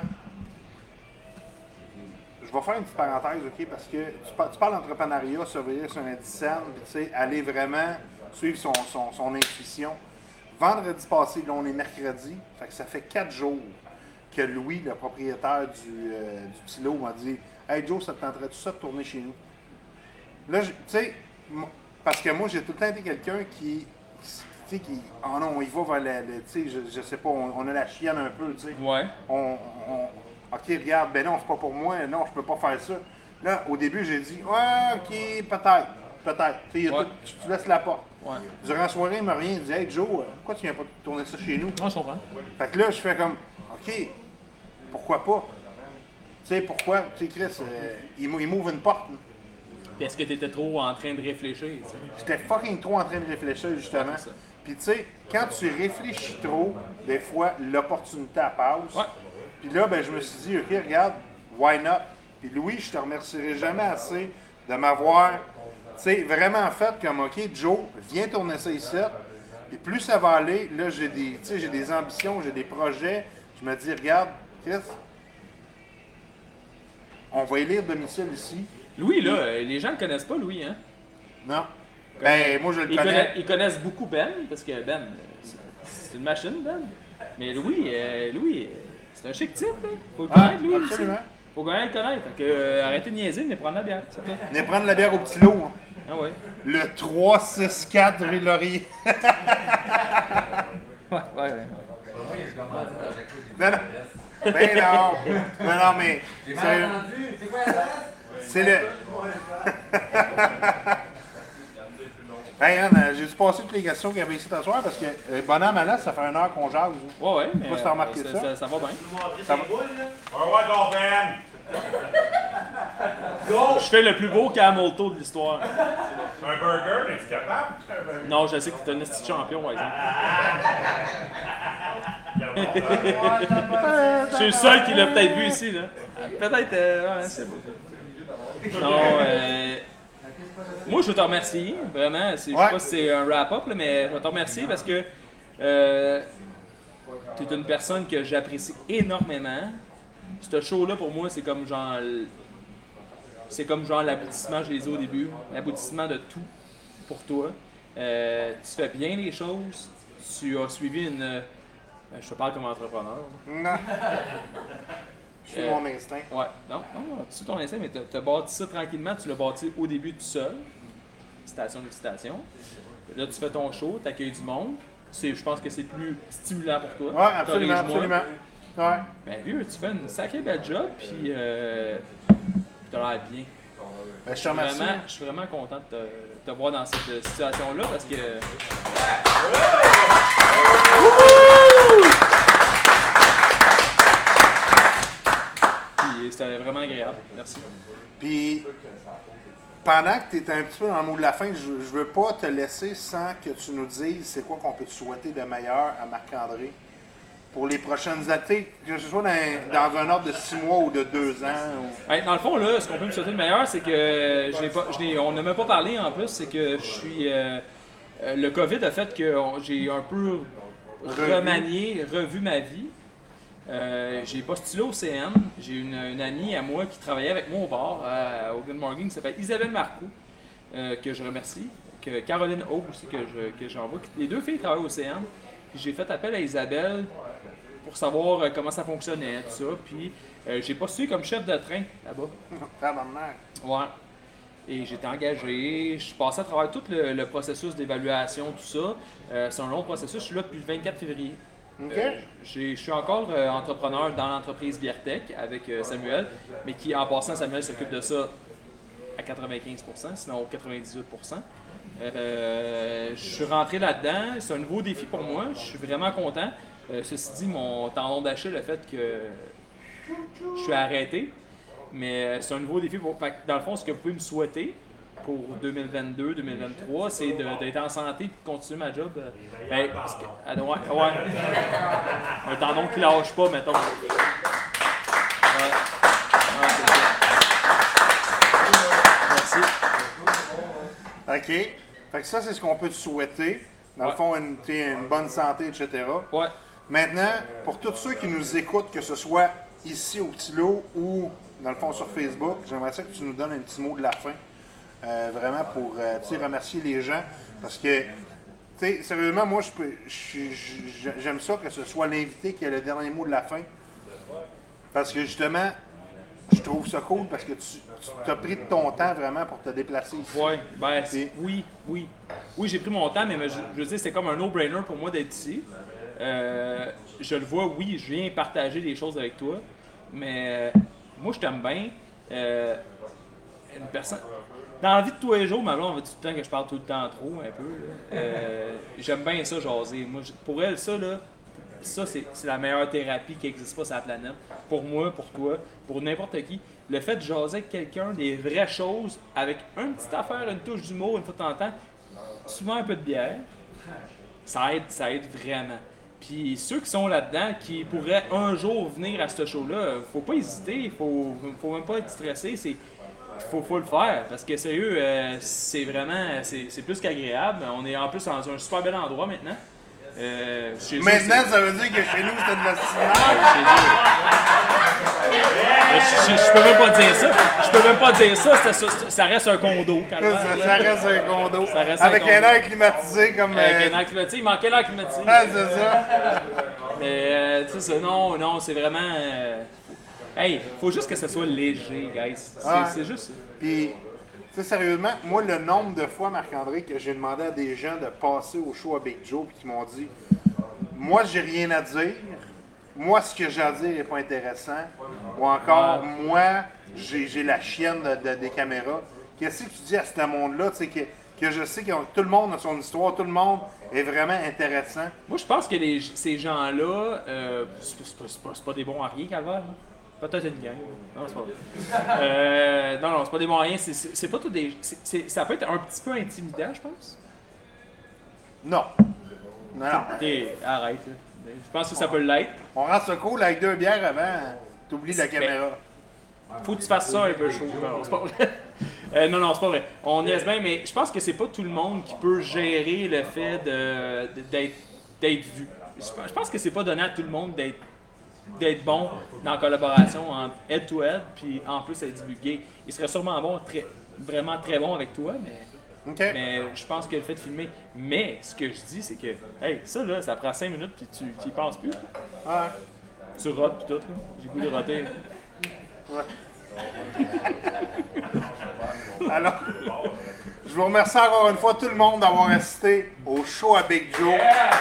Je vais faire une petite parenthèse, OK, parce que tu parles d'entrepreneuriat, surveiller sur un discerne, puis tu sais, aller vraiment suivre son intuition. Vendredi passé, là, on est mercredi, fait que ça fait 4 jours que Louis, le propriétaire du petit lot, m'a dit « Hey Joe, ça te tenterait-tu ça de tourner chez nous? » Là, tu sais, parce que moi, j'ai tout le temps été quelqu'un qui tu sais, oh non, on y va vers tu sais, je sais pas, on a la chienne un peu, tu sais. Ouais. OK, regarde, ben non, c'est pas pour moi, non, je peux pas faire ça. Là, au début, j'ai dit, ouais, OK, peut-être. Tu sais, Ouais. tu laisses la porte. Ouais. Durant la soirée, il m'a rien dit, hey Joe, pourquoi tu viens pas tourner ça chez nous? Non, je comprends. Fait que là, je fais comme, OK, pourquoi pas? Tu sais, pourquoi? Tu sais, Chris, il m'ouvre une porte. Puis est-ce que tu étais trop en train de réfléchir? Tu sais? J'étais fucking trop en train de réfléchir, justement. Ouais, c'est ça. Puis tu sais, quand tu réfléchis trop, des fois, l'opportunité elle passe. Ouais. Puis là, ben, je me suis dit, OK, regarde, why not? Puis Louis, je te remercierai jamais assez de m'avoir, tu sais, vraiment fait comme, OK, Joe, viens tourner ça ici. Puis plus ça va aller, là, j'ai des ambitions, j'ai des projets. Je me dis, regarde, Chris, on va élire domicile ici. Louis, là, les gens ne le connaissent pas, Louis, hein? Non. Ben, moi, je le connais. Ils connaissent beaucoup Ben, parce que Ben, c'est une machine, Ben. Mais Louis, c'est un chic type, hein? Faut le connaître, Louis. Aussi. Absolument. Faut quand même le connaître. Fait que, arrêtez de niaiser, mais prendre la bière, s'il te plaît. Venez prendre la bière au petit lot. Hein. Ah ouais. Le 364 rue Laurier. Ouais. Non, non. Ben non. Non, mais. Sérieux. C'est le. Hey, Anne, j'ai dû passer toutes les questions qu'il y avait ici ce soir parce que, bonhomme à ça fait 1 heure qu'on jase. Ouais, mais pas si t'as remarqué ça. Ça va bien. Ça va. Ouais, Golden! Je fais le plus beau Camolto de l'histoire. Un burger, es-tu capable? Non, je sais que t'es un esti de champion, par exemple. Je suis le seul qui l'a peut-être vu ici, là. Peut-être, ouais, c'est beau. Non, moi, je veux te remercier, vraiment. Je sais pas si c'est un wrap-up, là, mais je veux te remercier parce que tu es une personne que j'apprécie énormément. Ce show-là, pour moi, c'est comme genre l'aboutissement, je l'ai dit au début, l'aboutissement de tout pour toi. Tu fais bien les choses. Tu as suivi une... je te parle comme entrepreneur. Non. Je suis mon instinct. Ouais, non, tu suis ton instinct, mais tu as bâti ça tranquillement. Tu l'as bâti au début tout seul. Citation d'excitation. Là, tu fais ton show, tu accueilles du monde. Je pense que c'est plus stimulant pour toi. Ouais, absolument, absolument. Ouais. Ben, vieux, tu fais une sacrée belle job, puis tu as l'air bien. Ben, je te remercie. Je suis vraiment content de te voir dans cette situation-là parce que. Puis c'était vraiment agréable. Merci. Puis, pendant que tu étais un petit peu dans le mot de la fin, je veux pas te laisser sans que tu nous dises c'est quoi qu'on peut te souhaiter de meilleur à Marc-André pour les prochaines années, que ce soit dans un ordre de 6 mois ou de 2 ans. Ou... Hey, dans le fond, là, ce qu'on peut me souhaiter de meilleur, c'est que on n'a même pas parlé en plus, c'est que je suis. Le COVID a fait que j'ai un peu revu ma vie. J'ai postulé au CN. J'ai une amie à moi qui travaillait avec moi au bar au Good Morning qui s'appelle Isabelle Marcoux, que je remercie. Que Caroline Hope aussi que j'envoie. Les deux filles travaillent au CN. J'ai fait appel à Isabelle pour savoir comment ça fonctionnait, tout ça. Puis j'ai postulé comme chef de train là-bas. Ouais. Et j'étais engagé. Je passais à travers tout le processus d'évaluation, tout ça. C'est un long processus. Je suis là depuis le 24 février. Okay. Je suis encore entrepreneur dans l'entreprise Biartech avec Samuel, mais qui, en passant, Samuel s'occupe de ça à 95%, sinon 98%. Je suis rentré là-dedans, c'est un nouveau défi pour moi, je suis vraiment content. Ceci dit, mon tendon d'Achille, le fait que je suis arrêté, mais c'est un nouveau défi. Fait que dans le fond, ce que vous pouvez me souhaiter pour 2022-2023, c'est d'être en santé et de continuer ma job. Parce que, ouais. Un tendon qui lâche pas, mettons. Ouais, c'est ça. Merci. OK. Fait que ça, c'est ce qu'on peut te souhaiter. Dans le fond, une bonne santé, etc. Ouais. Maintenant, pour tous ceux qui nous écoutent, que ce soit ici au Petit Lot ou dans le fond sur Facebook, j'aimerais ça que tu nous donnes un petit mot de la fin. Vraiment pour remercier les gens. Parce que, sérieusement, moi, j'aime ça que ce soit l'invité qui a le dernier mot de la fin. Parce que justement, je trouve ça cool parce que tu as pris de ton temps vraiment pour te déplacer ici. Ouais, oui. Oui, j'ai pris mon temps, mais je veux dire, c'est comme un no-brainer pour moi d'être ici. Je le vois, oui, je viens partager des choses avec toi, mais moi, je t'aime bien. Une personne... Dans la vie de tous les jours, ma blonde va tout le temps que je parle tout le temps trop, un peu. J'aime bien ça, jaser. Moi, pour elle, ça, c'est la meilleure thérapie qui n'existe pas sur la planète. Pour moi, pour toi, pour n'importe qui. Le fait de jaser avec quelqu'un des vraies choses, avec une petite affaire, une touche d'humour, une fois de temps en temps, souvent un peu de bière, ça aide vraiment. Puis ceux qui sont là-dedans, qui pourraient un jour venir à ce show-là, faut pas hésiter, faut même pas être stressé. Faut le faire, parce que sérieux, c'est vraiment, c'est plus qu'agréable. On est en plus dans un super bel endroit maintenant. Maintenant, ça veut dire que chez nous, c'était de la Je peux même pas dire ça. Ça reste un condo. ça reste un condo. Reste avec un un condo. air climatisé comme. Avec un air climatisé, il manquait l'air climatisé. Ah, c'est ça. Mais tu sais, non, c'est vraiment. Hey, faut juste que ça soit léger, guys. C'est juste ça. Puis, tu sais, sérieusement, moi, le nombre de fois, Marc-André, que j'ai demandé à des gens de passer au show à Big Joe, puis qui m'ont dit, moi, j'ai rien à dire. Moi, ce que j'ai à dire n'est pas intéressant. Ou encore, moi, j'ai la chienne des caméras. Qu'est-ce que tu dis à ce monde-là, tu sais, que je sais que tout le monde a son histoire, tout le monde est vraiment intéressant. Moi, je pense que ces gens-là, c'est pas des bons à rien, Calvaire. Hein? Peut-être une gang. Non, c'est pas vrai. Non, c'est pas des bons à rien. C'est pas tout des. Ça peut être un petit peu intimidant, je pense. Non. Non. Ok, arrête. Là. Je pense que ça peut l'être. On rend ça cool avec 2 bières avant, t'oublies la caméra. Faut que tu fasses ça un peu chaud. Non, c'est pas vrai. Non, c'est pas vrai. On niaise bien, mais je pense que c'est pas tout le monde qui peut gérer le fait d'être vu. Je pense que c'est pas donné à tout le monde d'être bon dans la collaboration entre head-to-head, puis en plus être divulgué. Il serait sûrement bon, vraiment très bon avec toi, mais je pense que le fait de filmer. Mais ce que je dis, c'est que, hey, ça là, ça prend 5 minutes, puis tu y penses plus. Ah. Tu rotes, puis tout, là. J'ai goût de roter. Ouais. Alors, je vous remercie encore une fois tout le monde d'avoir assisté au show à Big Joe. Yeah!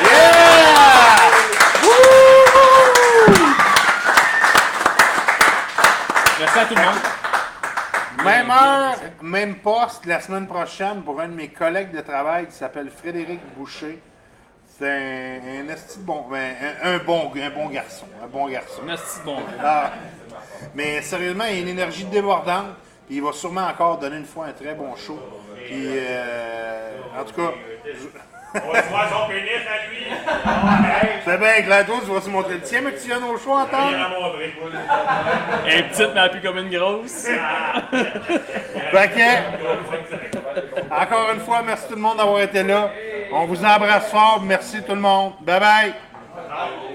Merci à tout le monde. Même heure, même poste la semaine prochaine pour un de mes collègues de travail qui s'appelle Frédéric Boucher. C'est un esti de bon, un bon garçon. Un bon garçon. Merci, bon. Ah. Mais sérieusement, il a une énergie débordante. Puis il va sûrement encore donner une fois un très bon show. Puis, en tout cas, On va se voir son pénis à lui. c'est bien, Glado, tu vas se montrer le tien, mais tu viens au show en Il temps. a montré. Elle est petite, mais elle pue comme une grosse. Fait que, encore une fois, merci tout le monde d'avoir été là. On vous embrasse fort. Merci tout le monde. Bye bye.